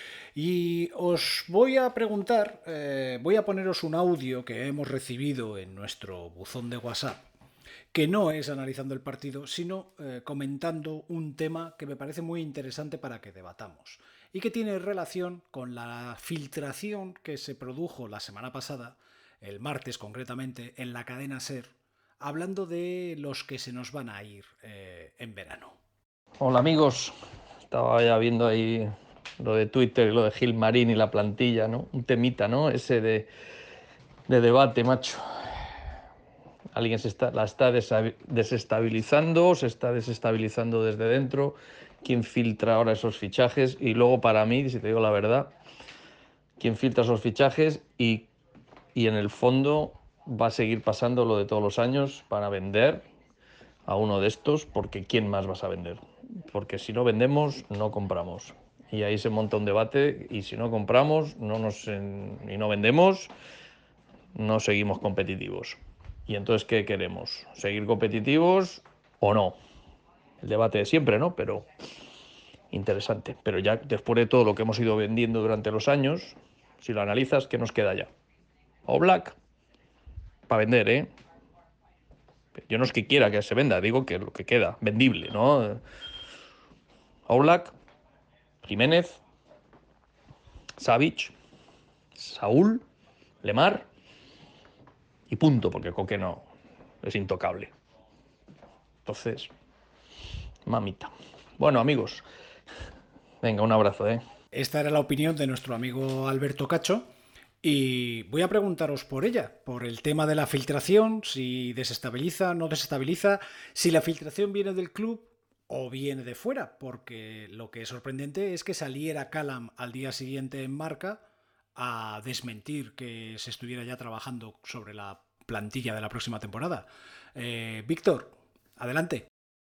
Y os voy a preguntar, eh, voy a poneros un audio que hemos recibido en nuestro buzón de WhatsApp, que no es analizando el partido, sino eh, comentando un tema que me parece muy interesante para que debatamos y que tiene relación con la filtración que se produjo la semana pasada, el martes concretamente, en la cadena SER, hablando de los que se nos van a ir eh, en verano. Hola amigos, estaba ya viendo ahí lo de Twitter y lo de Gilmarín y la plantilla, ¿no? Un temita, ¿no? Ese de, de debate, macho. Alguien se está, la está desestabilizando, se está desestabilizando desde dentro. ¿Quién filtra ahora esos fichajes? Y luego para mí, si te digo la verdad, ¿quién filtra esos fichajes? Y, y en el fondo va a seguir pasando lo de todos los años para vender a uno de estos, porque ¿quién más vas a vender? Porque si no vendemos, no compramos. Y ahí se monta un debate y si no compramos no nos, en, y no vendemos, no seguimos competitivos. Y entonces, ¿qué queremos? ¿Seguir competitivos o no? El debate de siempre, ¿no? Pero interesante. Pero ya después de todo lo que hemos ido vendiendo durante los años, si lo analizas, ¿qué nos queda ya? Oblak, para vender, ¿eh? Yo no es que quiera que se venda, digo que lo que queda, vendible, ¿no? Oblak, Jiménez, Savic, Saúl, Lemar y punto, porque Coque no es intocable. Entonces, mamita. Bueno, amigos, venga, un abrazo, ¿eh? Esta era la opinión de nuestro amigo Alberto Cacho y voy a preguntaros por ella, por el tema de la filtración, si desestabiliza, no desestabiliza, si la filtración viene del club o viene de fuera, porque lo que es sorprendente es que saliera Callum al día siguiente en Marca a desmentir que se estuviera ya trabajando sobre la plantilla de la próxima temporada. Eh, Víctor, adelante.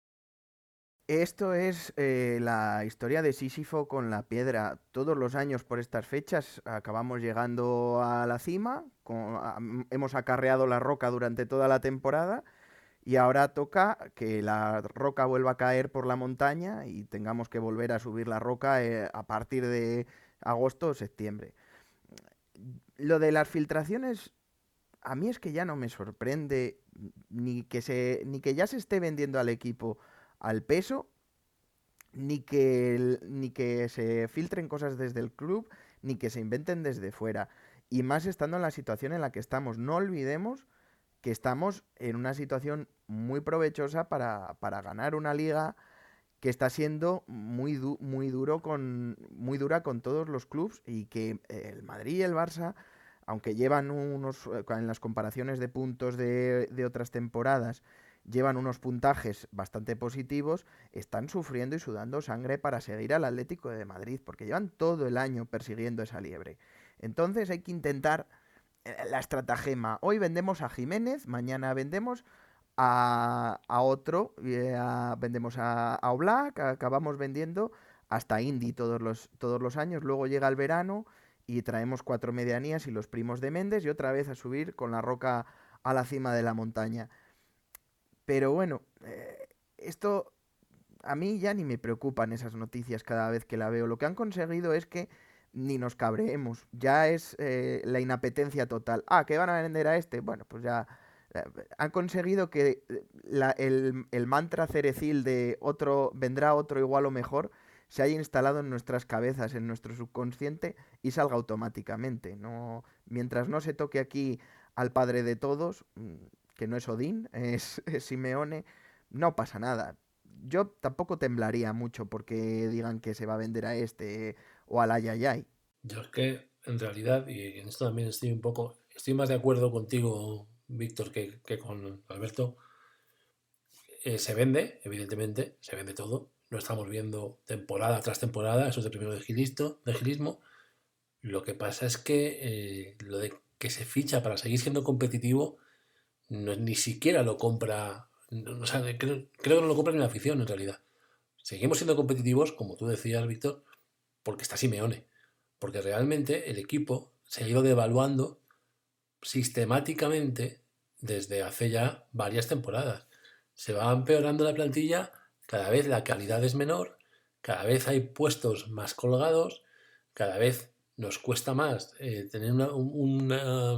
Esto es eh, la historia de Sísifo con la piedra. Todos los años por estas fechas acabamos llegando a la cima, con, a, hemos acarreado la roca durante toda la temporada y ahora toca que la roca vuelva a caer por la montaña y tengamos que volver a subir la roca eh, a partir de agosto o septiembre. Lo de las filtraciones, a mí es que ya no me sorprende ni que, se, ni que ya se esté vendiendo al equipo al peso, ni que, ni que se filtren cosas desde el club, ni que se inventen desde fuera. Y más estando en la situación en la que estamos. No olvidemos que estamos en una situación muy provechosa para, para ganar una liga que está siendo muy, du muy, duro con, muy dura con todos los clubes y que el Madrid y el Barça, aunque llevan unos, en las comparaciones de puntos de, de otras temporadas, llevan unos puntajes bastante positivos, están sufriendo y sudando sangre para seguir al Atlético de Madrid, porque llevan todo el año persiguiendo esa liebre. Entonces hay que intentar la estratagema. Hoy vendemos a Jiménez, mañana vendemos a, a otro, a, vendemos a, a Oblak, acabamos vendiendo hasta Indy todos los, todos los años, luego llega el verano y traemos cuatro medianías y los primos de Méndez y otra vez a subir con la roca a la cima de la montaña. Pero bueno, eh, esto a mí ya ni me preocupan esas noticias cada vez que la veo. Lo que han conseguido es que ni nos cabreemos. Ya es eh, la inapetencia total. Ah, ¿que van a vender a este? Bueno, pues ya eh, han conseguido que la, el, el mantra cerecil de otro vendrá otro igual o mejor se haya instalado en nuestras cabezas, en nuestro subconsciente y salga automáticamente. No, mientras no se toque aquí al padre de todos, que no es Odín, es, es Simeone, no pasa nada. Yo tampoco temblaría mucho porque digan que se va a vender a este o al ayayay. Yo es que, en realidad, y en esto también estoy un poco, estoy más de acuerdo contigo, Víctor, que, que con Alberto. Eh, se vende, evidentemente, se vende todo. Lo estamos viendo temporada tras temporada, eso es de primero de, gilisto, de gilismo. Lo que pasa es que eh, lo de que se ficha para seguir siendo competitivo, no, ni siquiera lo compra, no, o sea, creo, creo que no lo compra ni la afición en realidad. Seguimos siendo competitivos, como tú decías, Víctor, porque está Simeone. Porque realmente el equipo se ha ido devaluando sistemáticamente desde hace ya varias temporadas. Se va empeorando la plantilla, cada vez la calidad es menor, cada vez hay puestos más colgados, cada vez nos cuesta más eh, tener una, una,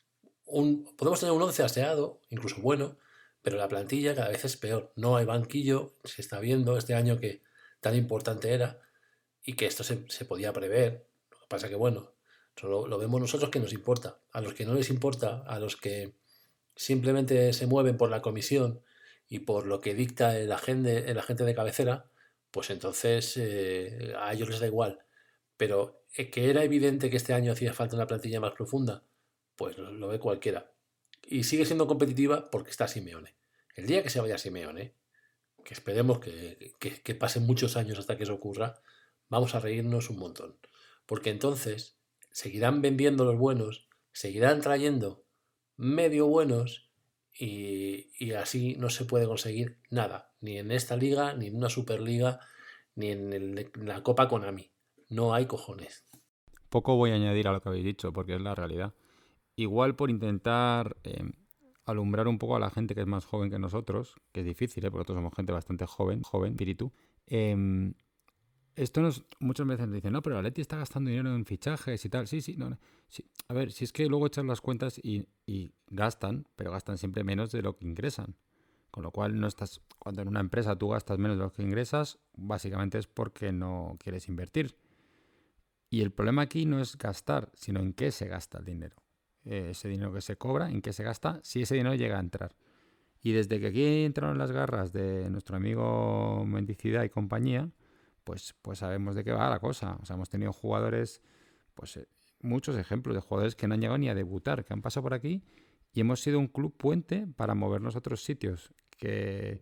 un... Podemos tener un once aseado, incluso bueno, pero la plantilla cada vez es peor. No hay banquillo, se está viendo este año que tan importante era y que esto se, se podía prever. Lo que pasa que, bueno, solo lo vemos nosotros que nos importa. A los que no les importa, a los que simplemente se mueven por la comisión y por lo que dicta el agente, el agente de cabecera, pues entonces eh, a ellos les da igual. Pero eh, que era evidente que este año hacía falta una plantilla más profunda, pues lo, lo ve cualquiera. Y sigue siendo competitiva porque está Simeone. El día que se vaya Simeone, que esperemos que, que, que pasen muchos años hasta que eso ocurra, vamos a reírnos un montón. Porque entonces seguirán vendiendo los buenos, seguirán trayendo medio buenos y, y así no se puede conseguir nada. Ni en esta liga, ni en una Superliga, ni en, el, en la Copa Konami. No hay cojones. Poco voy a añadir a lo que habéis dicho, porque es la realidad. Igual por intentar eh, alumbrar un poco a la gente que es más joven que nosotros, que es difícil, ¿eh? Porque nosotros somos gente bastante joven, joven, espíritu. Eh, esto nos, muchas veces nos dicen, no, pero el Atleti está gastando dinero en fichajes y tal. Sí, sí, no, no. Sí. A ver, si es que luego echan las cuentas y, y gastan, pero gastan siempre menos de lo que ingresan. Con lo cual, no estás, cuando en una empresa tú gastas menos de lo que ingresas, básicamente es porque no quieres invertir. Y el problema aquí no es gastar, sino en qué se gasta el dinero. Eh, ese dinero que se cobra, en qué se gasta, si ese dinero llega a entrar. Y desde que aquí entraron las garras de nuestro amigo Mendicidad y compañía, pues, pues sabemos de qué va la cosa. O sea, hemos tenido jugadores, pues eh, muchos ejemplos de jugadores que no han llegado ni a debutar, que han pasado por aquí y hemos sido un club puente para movernos a otros sitios. Que,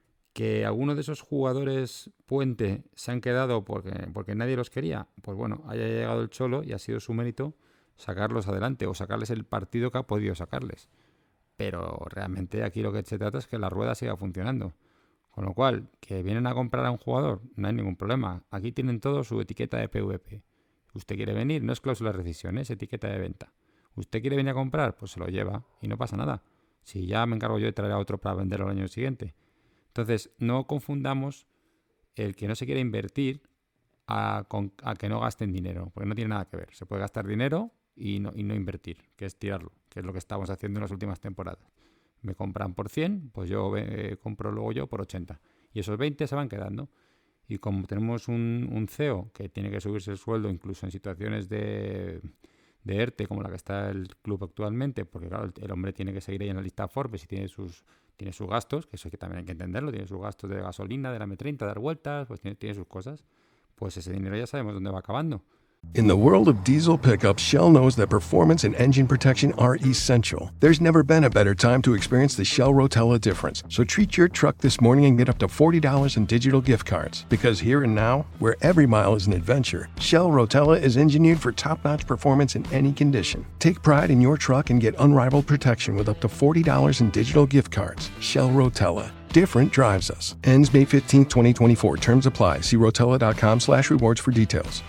que algunos de esos jugadores puente se han quedado porque, porque nadie los quería, pues bueno, haya llegado el Cholo y ha sido su mérito sacarlos adelante o sacarles el partido que ha podido sacarles. Pero realmente aquí lo que se trata es que la rueda siga funcionando. Con lo cual, que vienen a comprar a un jugador, no hay ningún problema. Aquí tienen todo su etiqueta de P V P. Usted quiere venir, no es cláusula de rescisión, es etiqueta de venta. Usted quiere venir a comprar, pues se lo lleva y no pasa nada. Si ya me encargo yo de traer a otro para venderlo al año siguiente. Entonces, no confundamos el que no se quiere invertir a, con, a que no gasten dinero, porque no tiene nada que ver. Se puede gastar dinero y no, y no invertir, que es tirarlo, que es lo que estamos haciendo en las últimas temporadas. Me compran por cien, pues yo eh, compro luego yo por ochenta. Y esos veinte se van quedando. Y como tenemos un, un C E O que tiene que subirse el sueldo incluso en situaciones de, de ERTE, como la que está el club actualmente, porque claro, el, el hombre tiene que seguir ahí en la lista Forbes y tiene sus, tiene sus gastos, que eso hay que también hay que entenderlo, tiene sus gastos de gasolina, de la eme treinta, de dar vueltas, pues tiene, tiene sus cosas. Pues ese dinero ya sabemos dónde va acabando. In the world of diesel pickups, Shell knows that performance and engine protection are essential. There's never been a better time to experience the Shell Rotella difference. So treat your truck this morning and get up to forty dollars in digital gift cards. Because here and now, where every mile is an adventure, Shell Rotella is engineered for top-notch performance in any condition. Take pride in your truck and get unrivaled protection with up to forty dollars in digital gift cards. Shell Rotella. Different drives us. Ends May fifteenth, twenty twenty-four. Terms apply. See rotella.com slash rewards for details.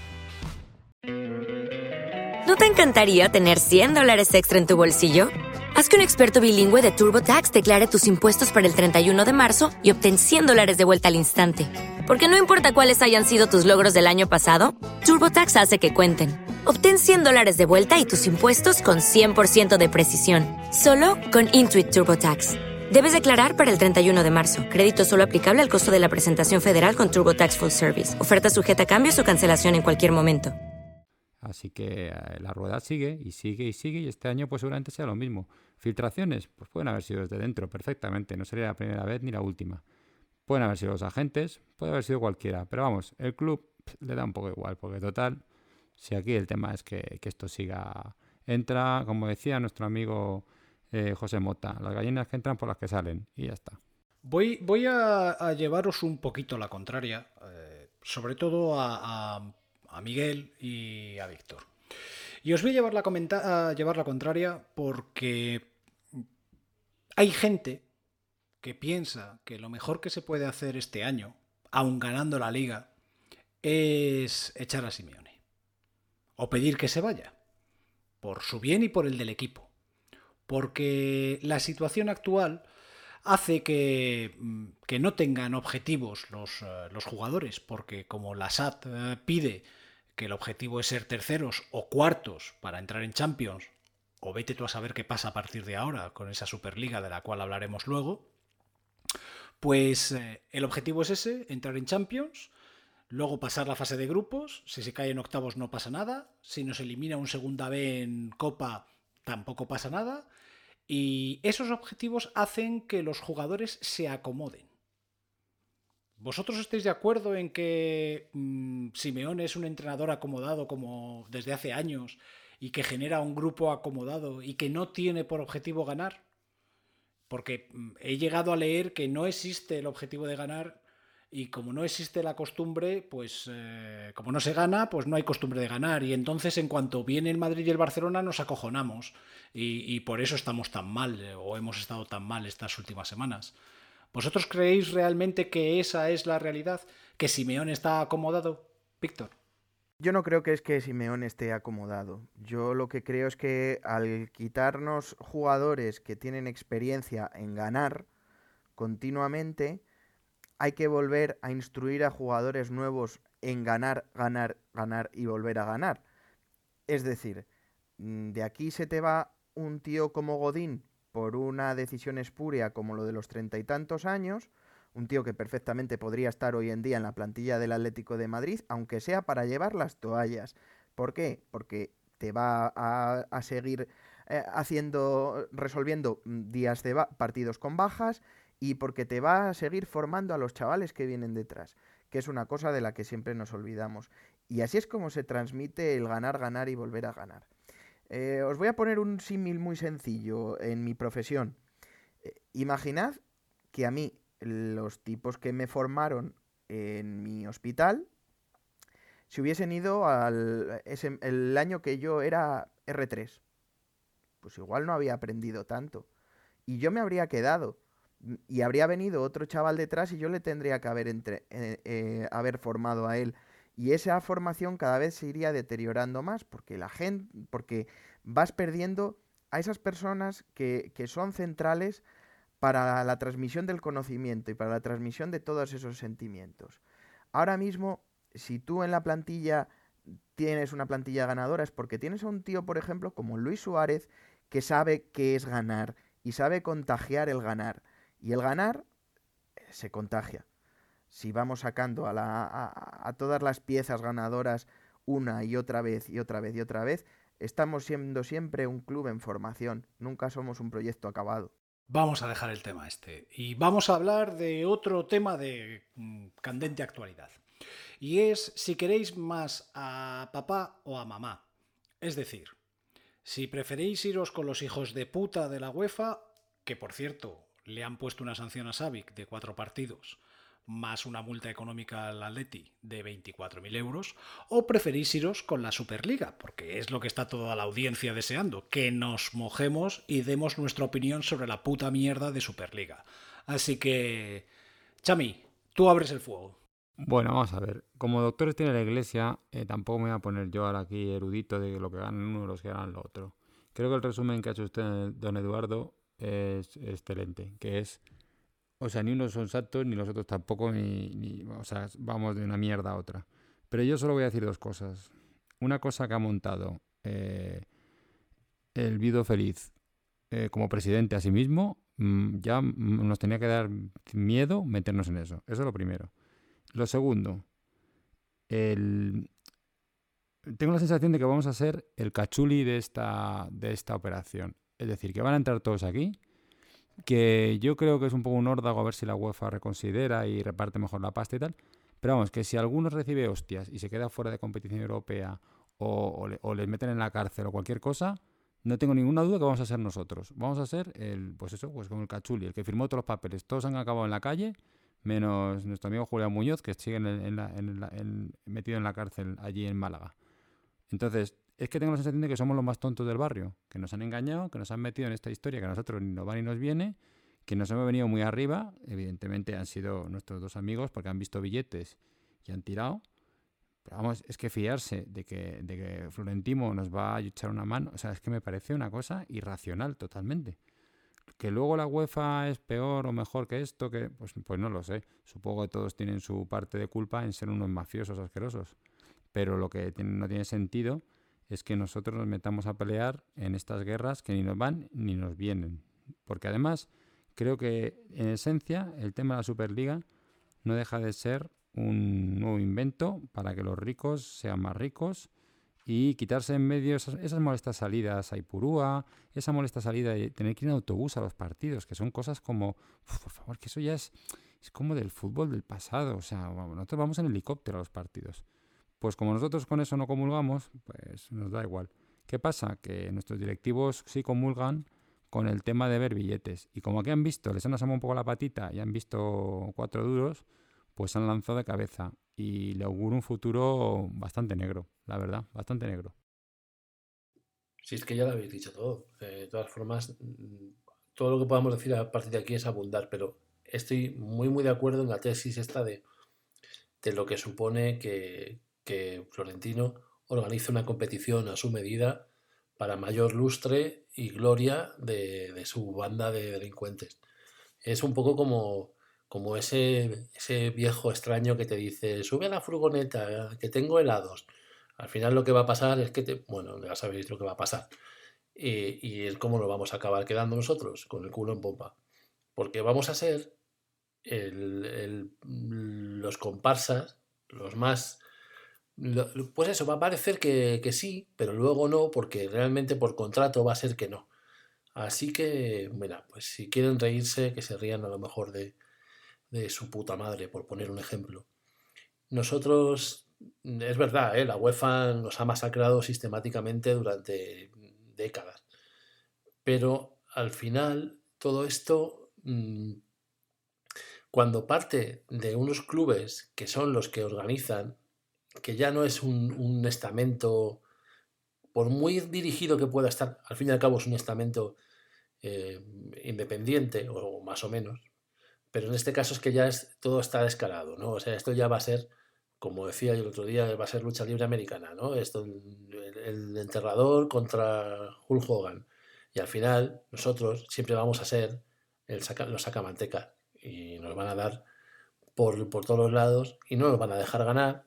¿No te encantaría tener cien dólares extra en tu bolsillo? Haz que un experto bilingüe de TurboTax declare tus impuestos para el treinta y uno de marzo y obtén cien dólares de vuelta al instante. Porque no importa cuáles hayan sido tus logros del año pasado, TurboTax hace que cuenten. Obtén cien dólares de vuelta y tus impuestos con cien por ciento de precisión. Solo con Intuit TurboTax. Debes declarar para el treinta y uno de marzo. Crédito solo aplicable al costo de la presentación federal con TurboTax Full Service. Oferta sujeta a cambios o cancelación en cualquier momento. Así que eh, la rueda sigue y sigue y sigue y este año pues seguramente sea lo mismo. Filtraciones, pues pueden haber sido desde dentro perfectamente, no sería la primera vez ni la última. Pueden haber sido los agentes, puede haber sido cualquiera, pero vamos, el club pff, le da un poco igual, porque total, si aquí el tema es que, que esto siga, entra, como decía nuestro amigo eh, José Mota, las gallinas que entran por las que salen y ya está. Voy, voy a, a llevaros un poquito la contraria, eh, sobre todo a, a, a Miguel y a Víctor. Y os voy a llevar la, comenta- a llevar la contraria porque hay gente que piensa que lo mejor que se puede hacer este año, aun ganando la liga, es echar a Simeone. O pedir que se vaya. Por su bien y por el del equipo. Porque la situación actual hace que, que no tengan objetivos los, uh, los jugadores. Porque como la S A D uh, pide que el objetivo es ser terceros o cuartos para entrar en Champions, o vete tú a saber qué pasa a partir de ahora con esa Superliga de la cual hablaremos luego, pues eh, el objetivo es ese, entrar en Champions, luego pasar la fase de grupos, si se cae en octavos no pasa nada, si nos elimina un segunda B en Copa tampoco pasa nada, y esos objetivos hacen que los jugadores se acomoden. ¿Vosotros estáis de acuerdo en que mmm, Simeone es un entrenador acomodado como desde hace años y que genera un grupo acomodado y que no tiene por objetivo ganar? Porque mmm, he llegado a leer que no existe el objetivo de ganar y como no existe la costumbre, pues eh, como no se gana, pues no hay costumbre de ganar. Y entonces en cuanto viene el Madrid y el Barcelona nos acojonamos y, y por eso estamos tan mal eh, o hemos estado tan mal estas últimas semanas. ¿Vosotros creéis realmente que esa es la realidad? ¿Que Simeone está acomodado? Víctor. Yo no creo que es que Simeone esté acomodado. Yo lo que creo es que al quitarnos jugadores que tienen experiencia en ganar continuamente, hay que volver a instruir a jugadores nuevos en ganar, ganar, ganar y volver a ganar. Es decir, de aquí se te va un tío como Godín por una decisión espuria como lo de los treinta y tantos años, un tío que perfectamente podría estar hoy en día en la plantilla del Atlético de Madrid, aunque sea para llevar las toallas. ¿Por qué? Porque te va a, a seguir eh, haciendo, resolviendo días de ba- partidos con bajas y porque te va a seguir formando a los chavales que vienen detrás, que es una cosa de la que siempre nos olvidamos. Y así es como se transmite el ganar, ganar y volver a ganar. Eh, os voy a poner un símil muy sencillo en mi profesión. Eh, imaginad que a mí los tipos que me formaron en mi hospital se hubiesen ido al ese, el año que yo era erre tres. Pues igual no había aprendido tanto. Y yo me habría quedado. Y habría venido otro chaval detrás y yo le tendría que haber, entre, eh, eh, haber formado a él. Y esa formación cada vez se iría deteriorando más porque la gente, porque vas perdiendo a esas personas que, que son centrales para la transmisión del conocimiento y para la transmisión de todos esos sentimientos. Ahora mismo, si tú en la plantilla tienes una plantilla ganadora, es porque tienes a un tío, por ejemplo, como Luis Suárez, que sabe qué es ganar y sabe contagiar el ganar. Y el ganar eh, se contagia. Si vamos sacando a, la, a, a todas las piezas ganadoras una y otra vez y otra vez y otra vez, estamos siendo siempre un club en formación. Nunca somos un proyecto acabado. Vamos a dejar el tema este y vamos a hablar de otro tema de mmm, candente actualidad. Y es si queréis más a papá o a mamá. Es decir, si preferéis iros con los hijos de puta de la UEFA, que por cierto le han puesto una sanción a Savic de cuatro partidos, más una multa económica al Atleti de veinticuatro mil euros, o preferís iros con la Superliga, porque es lo que está toda la audiencia deseando, que nos mojemos y demos nuestra opinión sobre la puta mierda de Superliga. Así que, Chami, tú abres el fuego. Bueno, vamos a ver. Como doctores tiene la Iglesia, eh, tampoco me voy a poner yo ahora aquí erudito de lo que ganan uno y los que ganan lo otro. Creo que el resumen que ha hecho usted, don Eduardo, es excelente, que es... O sea, ni unos son santos, ni los otros tampoco, ni, ni, o sea, vamos de una mierda a otra. Pero yo solo voy a decir dos cosas. Una cosa que ha montado eh, el Vido Feliz eh, como presidente a sí mismo, ya nos tenía que dar miedo meternos en eso. Eso es lo primero. Lo segundo, el... tengo la sensación de que vamos a ser el cachuli de esta, de esta operación. Es decir, que van a entrar todos aquí, que yo creo que es un poco un órdago a ver si la UEFA reconsidera y reparte mejor la pasta y tal. Pero vamos, que si alguno recibe hostias y se queda fuera de competición europea o, o, le, o les meten en la cárcel o cualquier cosa, no tengo ninguna duda que vamos a ser nosotros. Vamos a ser el, pues eso, pues como el cachuli, el que firmó todos los papeles. Todos han acabado en la calle, menos nuestro amigo Julián Muñoz, que sigue en en la, en la, en, metido en la cárcel allí en Málaga. Entonces, es que tengo la sensación de que somos los más tontos del barrio, que nos han engañado, que nos han metido en esta historia que a nosotros ni nos va ni nos viene, que nos hemos venido muy arriba. Evidentemente han sido nuestros dos amigos porque han visto billetes y han tirado. Pero vamos, es que fiarse de que, de que Florentino nos va a echar una mano, o sea, es que me parece una cosa irracional totalmente. Que luego la UEFA es peor o mejor que esto, que pues, pues no lo sé. Supongo que todos tienen su parte de culpa en ser unos mafiosos asquerosos. Pero lo que tiene, no tiene sentido es que nosotros nos metamos a pelear en estas guerras que ni nos van ni nos vienen. Porque además creo que en esencia el tema de la Superliga no deja de ser un nuevo invento para que los ricos sean más ricos y quitarse en medio esas, esas molestas salidas a Ipurúa, esa molesta salida de tener que ir en autobús a los partidos, que son cosas como, uf, por favor, que eso ya es, es como del fútbol del pasado. O sea, nosotros vamos en helicóptero a los partidos. Pues como nosotros con eso no comulgamos, pues nos da igual. ¿Qué pasa? Que nuestros directivos sí comulgan con el tema de ver billetes. Y como aquí han visto, les han asomado un poco la patita y han visto cuatro duros, pues han lanzado de cabeza. Y le auguro un futuro bastante negro, la verdad, bastante negro. Si es que ya lo habéis dicho todo. De todas formas, todo lo que podamos decir a partir de aquí es abundar, pero estoy muy, muy de acuerdo en la tesis esta de, de lo que supone que... que Florentino organiza una competición a su medida para mayor lustre y gloria de, de su banda de delincuentes. Es un poco como, como ese, ese viejo extraño que te dice, sube a la furgoneta, que tengo helados. Al final lo que va a pasar es que, te, bueno, ya sabéis lo que va a pasar. Y, y es como nos vamos a acabar quedando nosotros, con el culo en pompa. Porque vamos a ser el, el, los comparsas, los más... Pues eso, va a parecer que, que sí, pero luego no, porque realmente por contrato va a ser que no. Así que, mira, pues si quieren reírse, que se rían a lo mejor de, de su puta madre, por poner un ejemplo. Nosotros, es verdad, ¿eh? La UEFA nos ha masacrado sistemáticamente durante décadas. Pero al final, todo esto, mmm, cuando parte de unos clubes que son los que organizan, que ya no es un, un estamento, por muy dirigido que pueda estar, al fin y al cabo es un estamento eh, independiente, o más o menos, pero en este caso es que ya es, todo está escalado, ¿no? O sea, esto ya va a ser, como decía yo el otro día, va a ser lucha libre americana, ¿no? Esto, el, el enterrador contra Hulk Hogan, y al final nosotros siempre vamos a ser el saca, los sacamantecas, y nos van a dar por, por todos los lados, y no nos van a dejar ganar,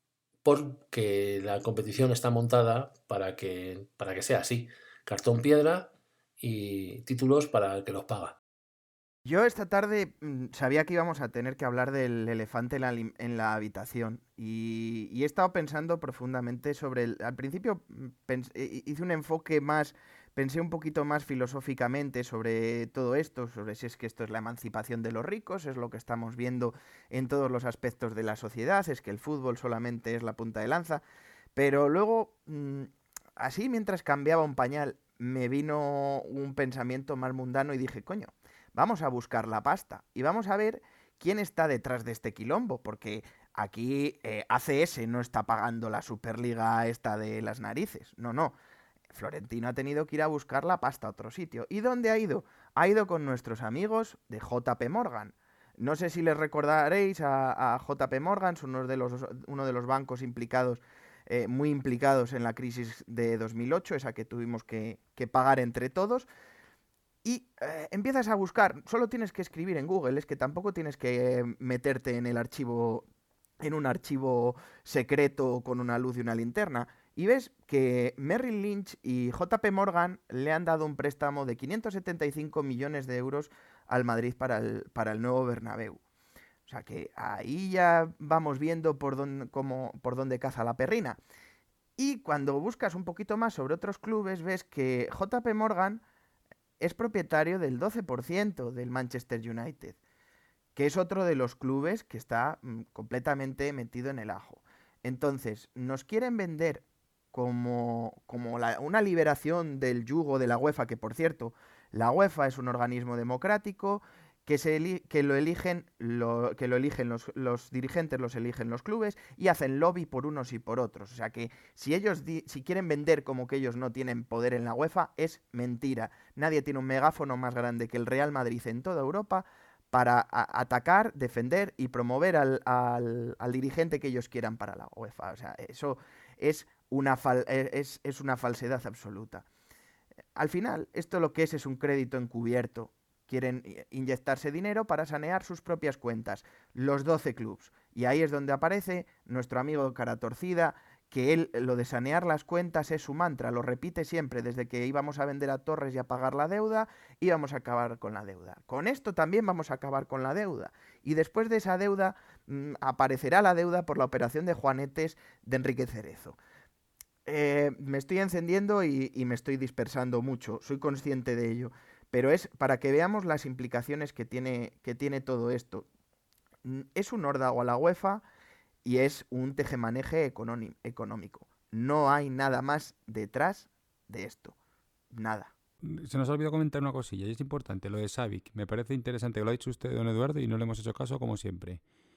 porque la competición está montada para que, para que sea así. Cartón piedra y títulos para el que los paga. Yo esta tarde mmm, sabía que íbamos a tener que hablar del elefante en la, en la habitación y, y he estado pensando profundamente sobre el... Al principio pens, hice un enfoque más... Pensé un poquito más filosóficamente sobre todo esto, sobre si es que esto es la emancipación de los ricos, es lo que estamos viendo en todos los aspectos de la sociedad, es que el fútbol solamente es la punta de lanza, pero luego, mmm, así mientras cambiaba un pañal, me vino un pensamiento más mundano y dije, coño, vamos a buscar la pasta y vamos a ver quién está detrás de este quilombo, porque aquí eh, A C S no está pagando la Superliga esta de las narices, no, no. Florentino ha tenido que ir a buscar la pasta a otro sitio. ¿Y dónde ha ido? Ha ido con nuestros amigos de J P Morgan. No sé si les recordaréis a, a J P Morgan, son uno de los, uno de los bancos implicados, eh, muy implicados en la crisis de dos mil ocho, esa que tuvimos que, que pagar entre todos. Y eh, empiezas a buscar, solo tienes que escribir en Google, es que tampoco tienes que meterte en el archivo, en un archivo secreto con una luz y una linterna. y ves que Merrill Lynch y J P Morgan le han dado un préstamo de quinientos setenta y cinco millones de euros al Madrid para el, para el nuevo Bernabéu. O sea que ahí ya vamos viendo por dónde, cómo, por dónde caza la perrina. Y cuando buscas un poquito más sobre otros clubes, ves que J P Morgan es propietario del doce por ciento del Manchester United, que es otro de los clubes que está mm, completamente metido en el ajo. Entonces, nos quieren vender como, como la, una liberación del yugo de la UEFA, que por cierto, la UEFA es un organismo democrático, que, se eli que lo eligen, lo, que lo eligen los, los dirigentes, los eligen los clubes y hacen lobby por unos y por otros. O sea que si ellos di si quieren vender como que ellos no tienen poder en la UEFA, es mentira. Nadie tiene un megáfono más grande que el Real Madrid en toda Europa para a atacar, defender y promover al, al, al dirigente que ellos quieran para la UEFA. O sea, eso es una, fal es, es una falsedad absoluta. Al final, esto lo que es es un crédito encubierto. Quieren inyectarse dinero para sanear sus propias cuentas, los doce clubs. Y ahí es donde aparece nuestro amigo cara torcida, que él, lo de sanear las cuentas es su mantra, lo repite siempre, desde que íbamos a vender a Torres y a pagar la deuda, íbamos a acabar con la deuda. Con esto también vamos a acabar con la deuda. Y después de esa deuda, mmm, aparecerá la deuda por la operación de Juanetes de Enrique Cerezo. Eh, me estoy encendiendo y, y me estoy dispersando mucho, soy consciente de ello. Pero es para que veamos las implicaciones que tiene, que tiene todo esto. Es un órdago a la UEFA y es un tejemaneje económico. No hay nada más detrás de esto. Nada. Se nos ha olvidado comentar una cosilla y es importante, lo de Savic. Me parece interesante que lo ha dicho usted, don Eduardo, y no le hemos hecho caso como siempre.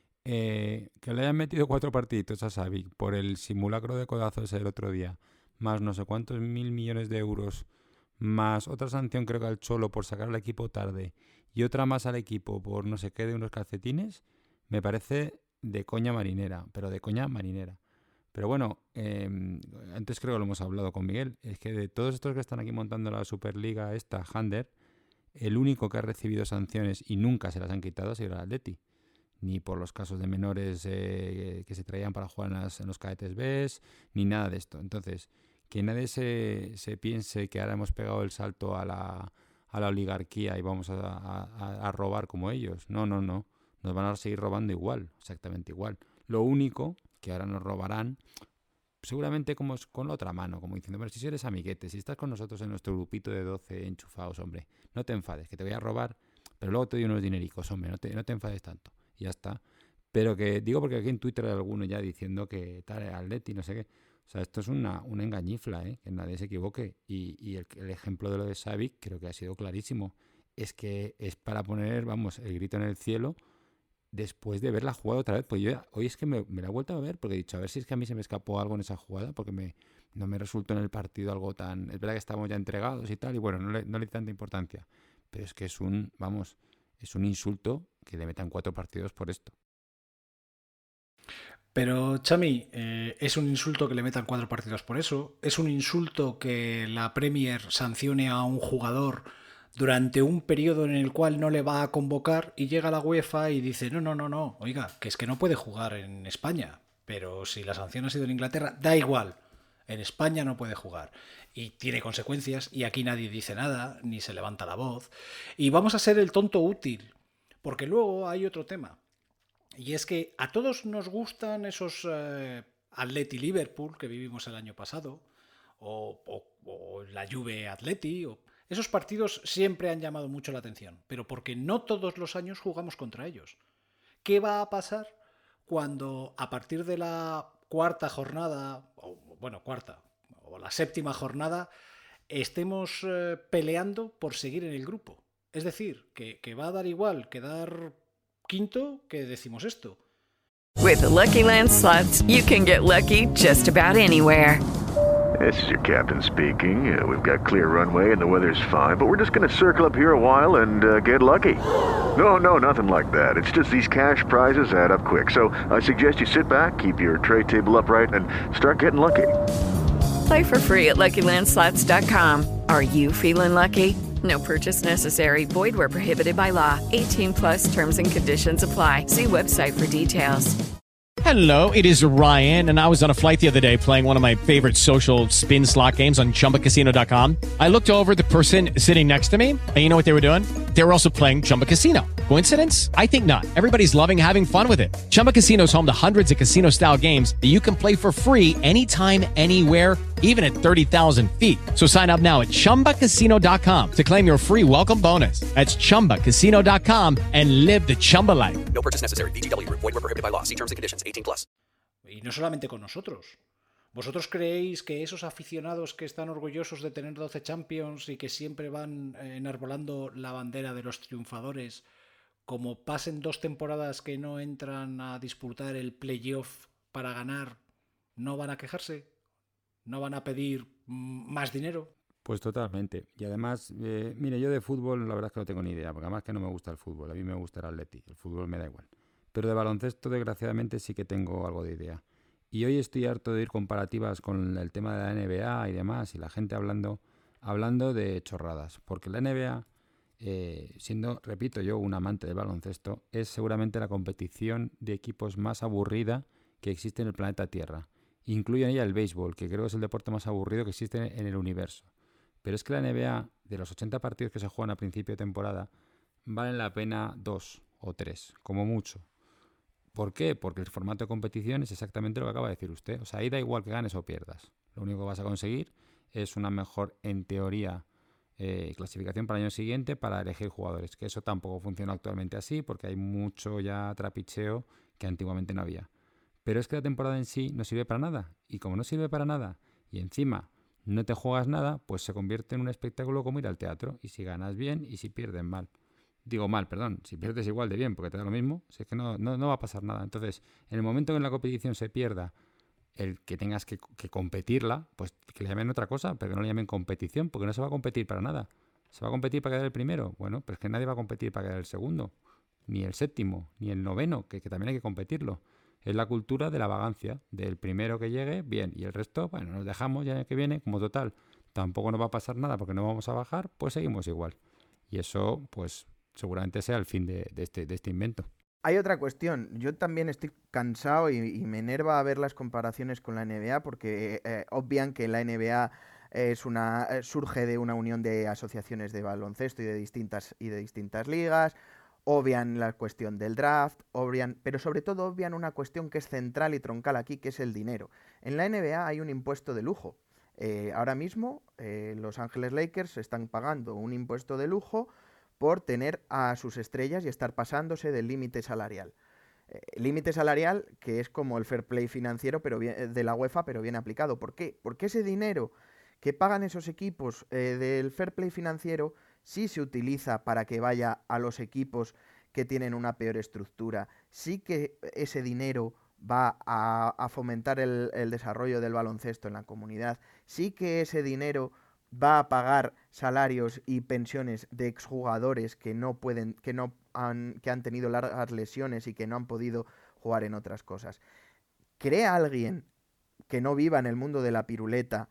Eh, que le hayan metido cuatro partiditos a Savic por el simulacro de codazos el otro día, más no sé cuántos mil millones de euros, más otra sanción creo que al Cholo por sacar al equipo tarde y otra más al equipo por no sé qué de unos calcetines, me parece de coña marinera, pero de coña marinera. Pero bueno, eh, antes creo que lo hemos hablado con Miguel, es que de todos estos que están aquí montando la Superliga esta, Hander, el único que ha recibido sanciones y nunca se las han quitado ha sido el Atleti. Ni por los casos de menores eh, que se traían para jugar en, las, en los cadetes B, ni nada de esto. Entonces, que nadie se, se piense que ahora hemos pegado el salto a la, a la oligarquía y vamos a, a, a robar como ellos. No, no, no. Nos van a seguir robando igual, exactamente igual. Lo único que ahora nos robarán, seguramente como con la otra mano, como diciendo, pero si eres amiguete, si estás con nosotros en nuestro grupito de doce enchufados, hombre, no te enfades, que te voy a robar, pero luego te doy unos dinericos, hombre, no te, no te enfades tanto. Y ya está. Pero que digo porque aquí en Twitter hay alguno ya diciendo que tal, Atleti, no sé qué. O sea, esto es una, una engañifla, ¿eh? Que nadie se equivoque. Y, y el, el ejemplo de lo de Savic creo que ha sido clarísimo. Es que es para poner, vamos, el grito en el cielo después de verla jugada otra vez. Pues yo hoy es que me, me la he vuelto a ver porque he dicho, a ver si es que a mí se me escapó algo en esa jugada porque me, no me resultó en el partido algo tan... Es verdad que estábamos ya entregados y tal y bueno, no le, no le di tanta importancia. Pero es que es un, vamos, es un insulto que le metan cuatro partidos por esto. Pero, Chami, eh, es un insulto que le metan cuatro partidos por eso. Es un insulto que la Premier sancione a un jugador durante un periodo en el cual no le va a convocar y llega la UEFA y dice, no, no, no, no, oiga, que es que no puede jugar en España. Pero si la sanción ha sido en Inglaterra, da igual. En España no puede jugar. Y tiene consecuencias y aquí nadie dice nada, ni se levanta la voz. Y vamos a ser el tonto útil. Porque luego hay otro tema. Y es que a todos nos gustan esos eh, Atleti Liverpool que vivimos el año pasado, o, o, o la Juve Atleti, o... esos partidos siempre han llamado mucho la atención, pero porque no todos los años jugamos contra ellos. ¿Qué va a pasar cuando a partir de la cuarta jornada, o bueno, cuarta, o la séptima jornada, estemos eh, peleando por seguir en el grupo? Es decir, que, que va a dar igual quedar quinto que decimos esto. With the Lucky Land Slots, you can get lucky just about anywhere. This is your captain speaking. Uh, we've got clear runway and the weather's fine, but we're just going to circle up here a while and uh, get lucky. No, no, nothing like that. It's just these cash prizes add up quick. So I suggest you sit back, keep your tray table upright, and start getting lucky. Play for free at Lucky Land Slots dot com. Are you feeling lucky? No purchase necessary. Void where prohibited by law. eighteen plus terms and conditions apply. See website for details. Hello, it is Ryan, and I was on a flight the other day playing one of my favorite social spin slot games on Chumba Casino dot com. I looked over at the person sitting next to me, and you know what they were doing? They were also playing Chumba Casino. Coincidence? I think not. Everybody's loving having fun with it. Chumba Casino is home to hundreds of casino-style games that you can play for free anytime, anywhere, even at thirty thousand feet. So sign up now at Chumba Casino dot com to claim your free welcome bonus. That's Chumba Casino dot com and live the Chumba life. No purchase necessary. V G W. Void where prohibited by law. See terms and conditions. eighteen plus. Y no solamente con nosotros. ¿Vosotros creéis que esos aficionados que están orgullosos de tener doce Champions y que siempre van enarbolando la bandera de los triunfadores, como pasen dos temporadas que no entran a disputar el playoff para ganar, no van a quejarse? ¿No van a pedir más dinero? Pues totalmente. Y además, eh, mire, yo de fútbol la verdad es que no tengo ni idea, porque además que no me gusta el fútbol. A mí me gusta el Atleti, el fútbol me da igual. Pero de baloncesto, desgraciadamente, sí que tengo algo de idea. Y hoy estoy harto de ir comparativas con el tema de la N B A y demás, y la gente hablando, hablando de chorradas. Porque la N B A, eh, siendo, repito yo, un amante del baloncesto, es seguramente la competición de equipos más aburrida que existe en el planeta Tierra. Incluye en ella el béisbol, que creo que es el deporte más aburrido que existe en el universo. Pero es que la N B A, de los ochenta partidos que se juegan a principio de temporada, valen la pena dos o tres, como mucho. ¿Por qué? Porque el formato de competición es exactamente lo que acaba de decir usted. O sea, ahí da igual que ganes o pierdas. Lo único que vas a conseguir es una mejor, en teoría, eh, clasificación para el año siguiente para elegir jugadores. Que eso tampoco funciona actualmente así, porque hay mucho ya trapicheo que antiguamente no había. Pero es que la temporada en sí no sirve para nada. Y como no sirve para nada, y encima no te juegas nada, pues se convierte en un espectáculo como ir al teatro. Y si ganas bien y si pierdes mal. Digo mal, perdón, si pierdes igual de bien, porque te da lo mismo, si es que no, no, no va a pasar nada. Entonces, en el momento que en la competición se pierda el que tengas que, que competirla, pues que le llamen otra cosa, pero que no le llamen competición, porque no se va a competir para nada. ¿Se va a competir para quedar el primero? Bueno, pero es que nadie va a competir para quedar el segundo, ni el séptimo, ni el noveno, que, que también hay que competirlo. Es la cultura de la vagancia, del primero que llegue, bien, y el resto, bueno, nos dejamos ya el año que viene, como total, tampoco nos va a pasar nada porque no vamos a bajar, pues seguimos igual. Y eso, pues seguramente sea el fin de, de, este, de este invento. Hay otra cuestión. Yo también estoy cansado y, y me enerva ver las comparaciones con la N B A porque eh, obvian que la N B A es una, eh, surge de una unión de asociaciones de baloncesto y de distintas, y de distintas ligas, obvian la cuestión del draft, obvian, pero sobre todo obvian una cuestión que es central y troncal aquí, que es el dinero. En la N B A hay un impuesto de lujo. Eh, ahora mismo eh, Los Ángeles Lakers están pagando un impuesto de lujo por tener a sus estrellas y estar pasándose del límite salarial. Eh, límite salarial que es como el fair play financiero pero bien, de la UEFA, pero bien aplicado. ¿Por qué? Porque ese dinero que pagan esos equipos eh, del fair play financiero sí se utiliza para que vaya a los equipos que tienen una peor estructura. Sí que ese dinero va a, a fomentar el, el desarrollo del baloncesto en la comunidad. Sí que ese dinero va a pagar salarios y pensiones de exjugadores que no pueden, que no han, que han tenido largas lesiones y que no han podido jugar en otras cosas. ¿Cree alguien que no viva en el mundo de la piruleta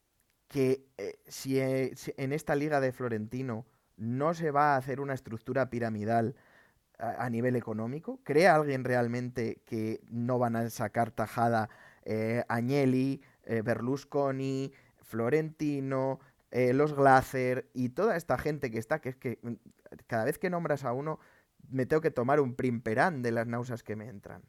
que eh, si, eh, si en esta liga de Florentino no se va a hacer una estructura piramidal a, a nivel económico? ¿Cree alguien realmente que no van a sacar tajada eh, Agnelli, eh, Berlusconi, Florentino, eh, los Glazer y toda esta gente que está, que es que cada vez que nombras a uno me tengo que tomar un primperán de las náuseas que me entran?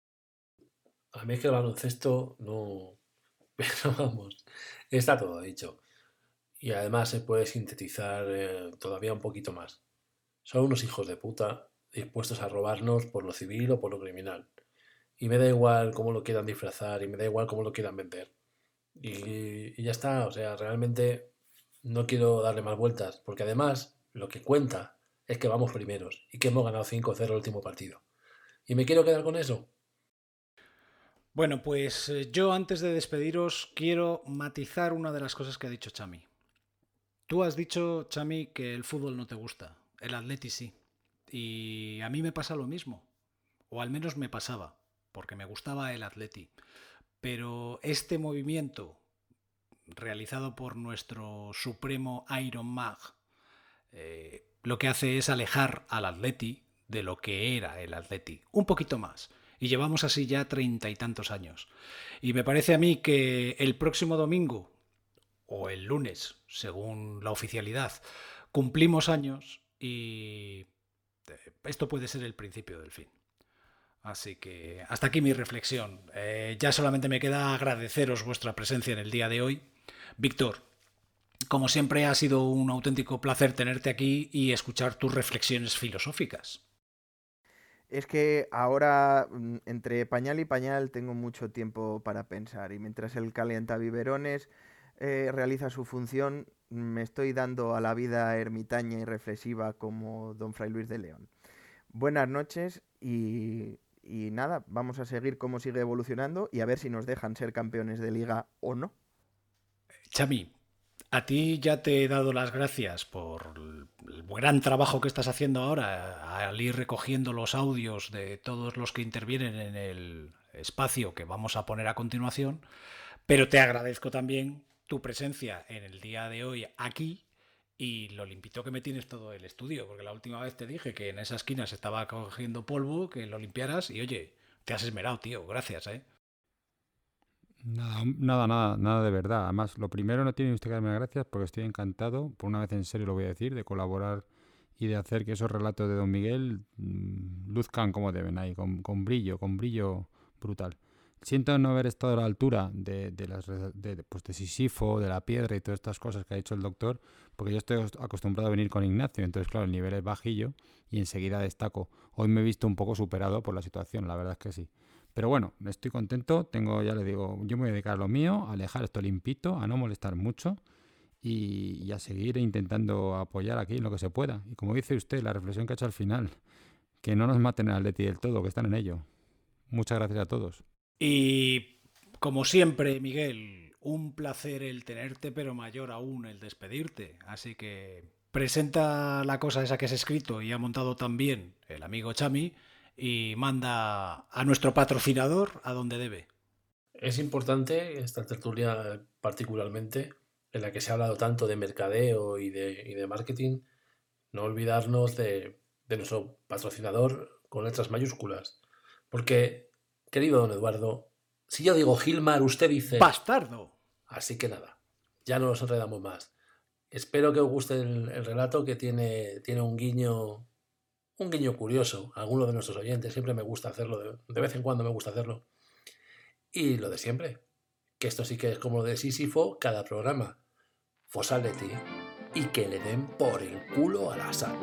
A mí es que el baloncesto no... Pero vamos, está todo dicho. Y además se puede sintetizar eh, todavía un poquito más. Son unos hijos de puta dispuestos a robarnos por lo civil o por lo criminal. Y me da igual cómo lo quieran disfrazar y me da igual cómo lo quieran vender. Y, y ya está, o sea, realmente no quiero darle más vueltas, porque además lo que cuenta es que vamos primeros y que hemos ganado cinco cero el último partido. ¿Y me quiero quedar con eso? Bueno, pues yo antes de despediros quiero matizar una de las cosas que ha dicho Chami. Tú has dicho, Chami, que el fútbol no te gusta, el Atleti sí. Y a mí me pasa lo mismo, o al menos me pasaba, porque me gustaba el Atleti. Pero este movimiento realizado por nuestro supremo Iron Mag eh, lo que hace es alejar al Atleti de lo que era el Atleti, un poquito más. Y llevamos así ya treinta y tantos años. Y me parece a mí que el próximo domingo, o el lunes, según la oficialidad, cumplimos años y esto puede ser el principio del fin. Así que hasta aquí mi reflexión. Eh, ya solamente me queda agradeceros vuestra presencia en el día de hoy. Víctor, como siempre ha sido un auténtico placer tenerte aquí y escuchar tus reflexiones filosóficas. Es que ahora, entre pañal y pañal, tengo mucho tiempo para pensar y mientras el calientabiberones eh, realiza su función, me estoy dando a la vida ermitaña y reflexiva como don Fray Luis de León. Buenas noches y, y nada, vamos a seguir cómo sigue evolucionando y a ver si nos dejan ser campeones de liga o no. Chami, a ti ya te he dado las gracias por el gran trabajo que estás haciendo ahora al ir recogiendo los audios de todos los que intervienen en el espacio que vamos a poner a continuación, pero te agradezco también tu presencia en el día de hoy aquí y lo limpito que me tienes todo el estudio, porque la última vez te dije que en esa esquina se estaba cogiendo polvo, que lo limpiaras y oye, te has esmerado, tío, gracias, ¿eh? Nada, nada, nada, nada de verdad. Además, lo primero, no tiene usted que darme las gracias porque estoy encantado, por una vez en serio lo voy a decir, de colaborar y de hacer que esos relatos de Don Miguel mmm, luzcan como deben ahí, con, con brillo, con brillo brutal. Siento no haber estado a la altura de, de, las, de, pues de Sísifo, de la piedra y todas estas cosas que ha hecho el doctor, porque yo estoy acostumbrado a venir con Ignacio, entonces claro, el nivel es bajillo y enseguida destaco. Hoy me he visto un poco superado por la situación, la verdad es que sí. Pero bueno, estoy contento, tengo, ya le digo, yo me voy a dedicar a lo mío, a dejar esto limpito, a no molestar mucho y, y a seguir intentando apoyar aquí en lo que se pueda. Y como dice usted, la reflexión que ha hecho al final, que no nos maten al Atleti del todo, que están en ello. Muchas gracias a todos. Y como siempre, Miguel, un placer el tenerte, pero mayor aún el despedirte. Así que presenta la cosa esa que has escrito y ha montado también el amigo Chami y manda a nuestro patrocinador a donde debe. Es importante esta tertulia particularmente, en la que se ha hablado tanto de mercadeo y de, y de marketing, no olvidarnos de, de nuestro patrocinador con letras mayúsculas. Porque, querido don Eduardo, si yo digo Gilmar, usted dice... ¡Bastardo! Así que nada, ya no nos enredamos más. Espero que os guste el, el relato, que tiene, tiene un guiño... Un guiño curioso a alguno de nuestros oyentes. Siempre me gusta hacerlo, de, de vez en cuando me gusta hacerlo. Y lo de siempre, que esto sí que es como lo de Sísifo, cada programa. Fosaleti y que le den por el culo a la sal.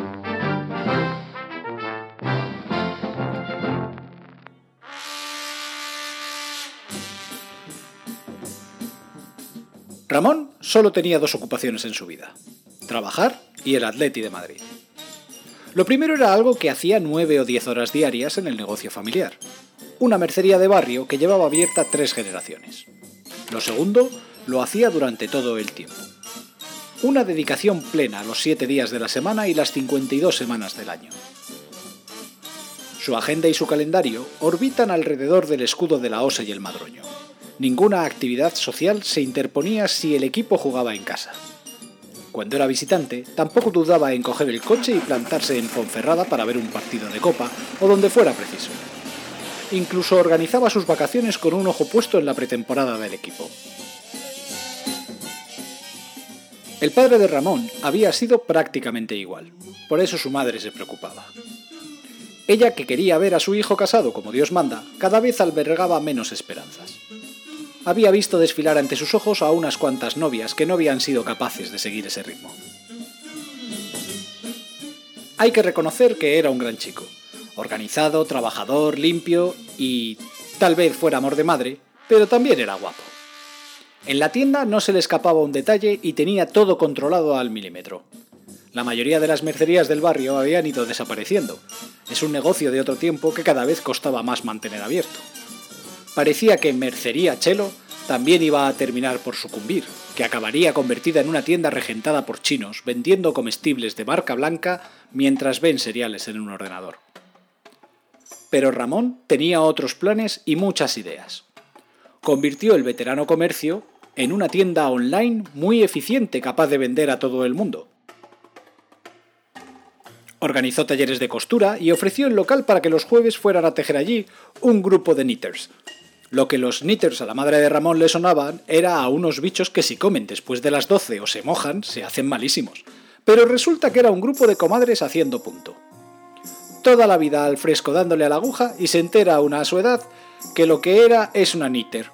Ramón solo tenía dos ocupaciones en su vida: trabajar y el Atleti de Madrid. Lo primero era algo que hacía nueve o diez horas diarias en el negocio familiar, una mercería de barrio que llevaba abierta tres generaciones. Lo segundo lo hacía durante todo el tiempo. Una dedicación plena a los siete días de la semana y las cincuenta y dos semanas del año. Su agenda y su calendario orbitan alrededor del escudo de la Osa y el Madroño. Ninguna actividad social se interponía si el equipo jugaba en casa. Cuando era visitante, tampoco dudaba en coger el coche y plantarse en Ponferrada para ver un partido de copa o donde fuera preciso. Incluso organizaba sus vacaciones con un ojo puesto en la pretemporada del equipo. El padre de Ramón había sido prácticamente igual, por eso su madre se preocupaba. Ella, que quería ver a su hijo casado como Dios manda, cada vez albergaba menos esperanzas. Había visto desfilar ante sus ojos a unas cuantas novias que no habían sido capaces de seguir ese ritmo. Hay que reconocer que era un gran chico, organizado, trabajador, limpio y tal vez fuera amor de madre, pero también era guapo. En la tienda no se le escapaba un detalle y tenía todo controlado al milímetro. La mayoría de las mercerías del barrio habían ido desapareciendo. Es un negocio de otro tiempo que cada vez costaba más mantener abierto. Parecía que Mercería Chelo también iba a terminar por sucumbir, que acabaría convertida en una tienda regentada por chinos, vendiendo comestibles de marca blanca mientras ven seriales en un ordenador. Pero Ramón tenía otros planes y muchas ideas. Convirtió el veterano comercio en una tienda online muy eficiente, capaz de vender a todo el mundo. Organizó talleres de costura y ofreció el local para que los jueves fueran a tejer allí un grupo de knitters. Lo que los knitters a la madre de Ramón le sonaban era a unos bichos que si comen después de las doce o se mojan, se hacen malísimos. Pero resulta que era un grupo de comadres haciendo punto. Toda la vida al fresco dándole a la aguja y se entera una a su edad que lo que era es una knitter.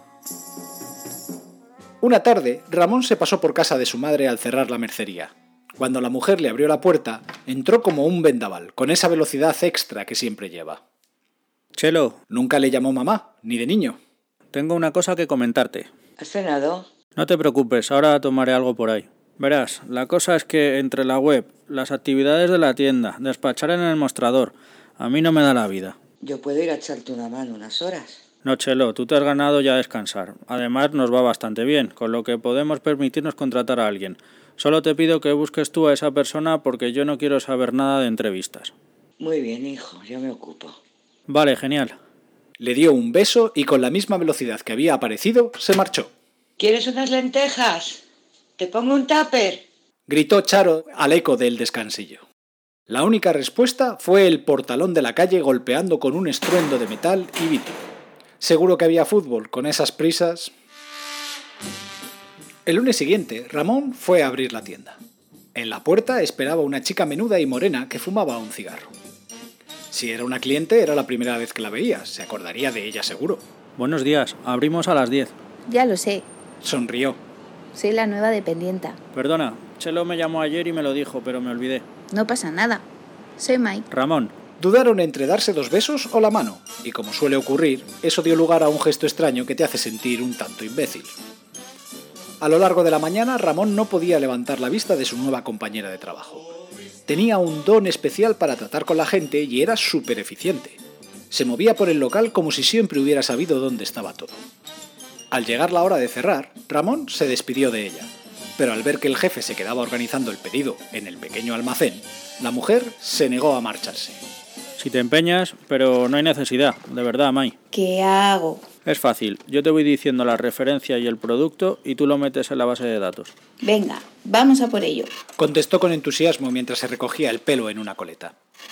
Una tarde, Ramón se pasó por casa de su madre al cerrar la mercería. Cuando la mujer le abrió la puerta, entró como un vendaval, con esa velocidad extra que siempre lleva. Chelo. Nunca le llamó mamá, ni de niño. Tengo una cosa que comentarte. ¿Has cenado? No te preocupes, ahora tomaré algo por ahí. Verás, la cosa es que entre la web, las actividades de la tienda, despachar en el mostrador, a mí no me da la vida. Yo puedo ir a echarte una mano unas horas. No, Chelo, tú te has ganado ya descansar. Además, nos va bastante bien, con lo que podemos permitirnos contratar a alguien. Solo te pido que busques tú a esa persona porque yo no quiero saber nada de entrevistas. Muy bien, hijo, yo me ocupo. Vale, genial. Le dio un beso y con la misma velocidad que había aparecido, se marchó. ¿Quieres unas lentejas? ¿Te pongo un tupper? Gritó Charo al eco del descansillo. La única respuesta fue el portalón de la calle golpeando con un estruendo de metal y vidrio. Seguro que había fútbol, con esas prisas. El lunes siguiente, Ramón fue a abrir la tienda. En la puerta esperaba una chica menuda y morena que fumaba un cigarro. Si era una cliente, era la primera vez que la veía, se acordaría de ella seguro. Buenos días, abrimos a las diez. Ya lo sé. Sonrió. Soy la nueva dependienta. Perdona, Chelo me llamó ayer y me lo dijo, pero me olvidé. No pasa nada. Soy Mike. Ramón. Dudaron entre darse dos besos o la mano, y como suele ocurrir, eso dio lugar a un gesto extraño que te hace sentir un tanto imbécil. A lo largo de la mañana, Ramón no podía levantar la vista de su nueva compañera de trabajo. Tenía un don especial para tratar con la gente y era súper eficiente. Se movía por el local como si siempre hubiera sabido dónde estaba todo. Al llegar la hora de cerrar, Ramón se despidió de ella, pero al ver que el jefe se quedaba organizando el pedido en el pequeño almacén, la mujer se negó a marcharse. Si te empeñas, pero no hay necesidad, de verdad, Mai. ¿Qué hago? Es fácil, yo te voy diciendo la referencia y el producto y tú lo metes en la base de datos. Venga, vamos a por ello. Contestó con entusiasmo mientras se recogía el pelo en una coleta.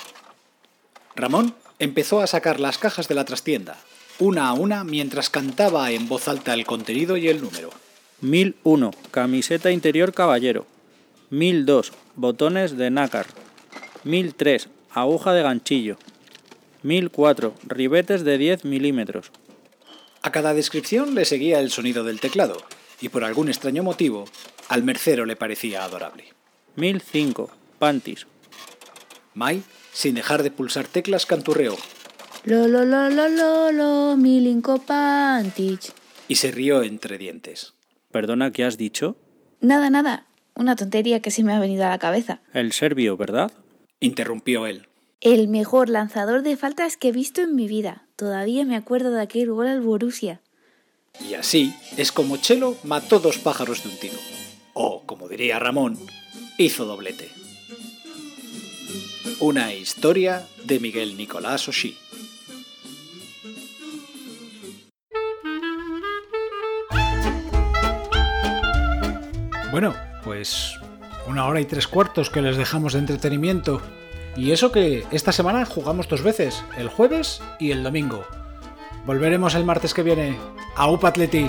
Ramón empezó a sacar las cajas de la trastienda, una a una, mientras cantaba en voz alta el contenido y el número. mil uno, camiseta interior caballero. mil dos, botones de nácar. mil tres, aguja de ganchillo. mil cuatro, ribetes de diez milímetros. A cada descripción le seguía el sonido del teclado, y por algún extraño motivo, al mercero le parecía adorable. mil cinco, panties. Mai, sin dejar de pulsar teclas, canturreó. Lo, lo, lo, lo, lo, lo, mi linko panties. Y se rió entre dientes. Perdona, ¿qué has dicho? Nada, nada. Una tontería que se me ha venido a la cabeza. El serbio, ¿verdad? Interrumpió él. El mejor lanzador de faltas que he visto en mi vida. Todavía me acuerdo de aquel gol al Borussia. Y así es como Chelo mató dos pájaros de un tiro. O, como diría Ramón, hizo doblete. Una historia de Miguel Nicolás Oshí. Bueno, pues una hora y tres cuartos que les dejamos de entretenimiento. Y eso que esta semana jugamos dos veces, el jueves y el domingo. Volveremos el martes que viene. ¡Aupa Atleti!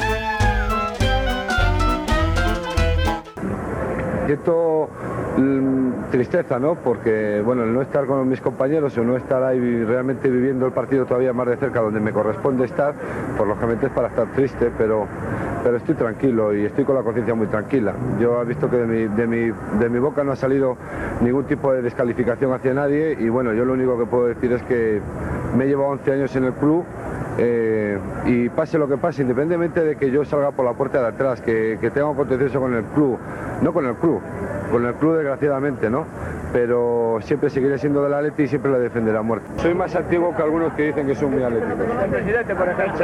Siento mmm, tristeza, ¿no? Porque, bueno, el no estar con mis compañeros, el no estar ahí realmente viviendo el partido todavía más de cerca donde me corresponde estar, pues lógicamente es para estar triste, pero, pero estoy tranquilo y estoy con la conciencia muy tranquila. Yo he visto que de mi, de, mi, de mi boca no ha salido ningún tipo de descalificación hacia nadie y, bueno, yo lo único que puedo decir es que me he llevado once años en el club. Eh, y pase lo que pase, independientemente de que yo salga por la puerta de atrás, que, que tenga un contencioso con el club, no con el club, con el club desgraciadamente, ¿no? Pero siempre seguiré siendo del Atleti y siempre lo defenderé a muerte. Soy más antiguo que algunos que dicen que son muy atléticos. Presidente, por ejemplo.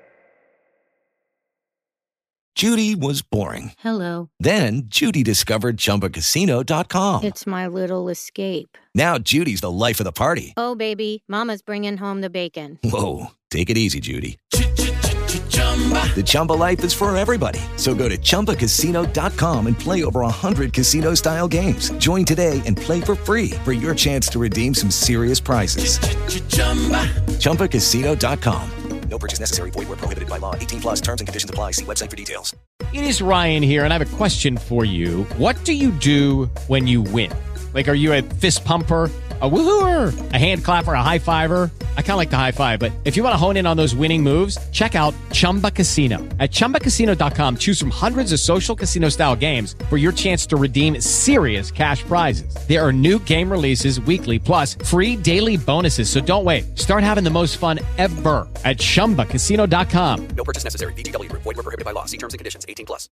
Judy was boring. Hello. Then Judy discovered Chumba Casino dot com. It's my little escape. Now Judy's the life of the party. Oh, baby, mama's bringing home the bacon. Whoa, take it easy, Judy. The Chumba life is for everybody. So go to chumba casino dot com and play over one hundred casino-style games. Join today and play for free for your chance to redeem some serious prizes. chumba casino dot com. No purchase necessary. Void where prohibited by law. eighteen plus terms and conditions apply. See website for details. It is Ryan here, and I have a question for you. What do you do when you win? Like, are you a fist pumper, a woohooer, a hand clapper, a high fiver? I kind of like the high five, but if you want to hone in on those winning moves, check out Chumba Casino. At chumba casino dot com, choose from hundreds of social casino style games for your chance to redeem serious cash prizes. There are new game releases weekly, plus free daily bonuses. So don't wait. Start having the most fun ever at chumba casino dot com. No purchase necessary. V G W. Void where prohibited by law. See terms and conditions. eighteen plus.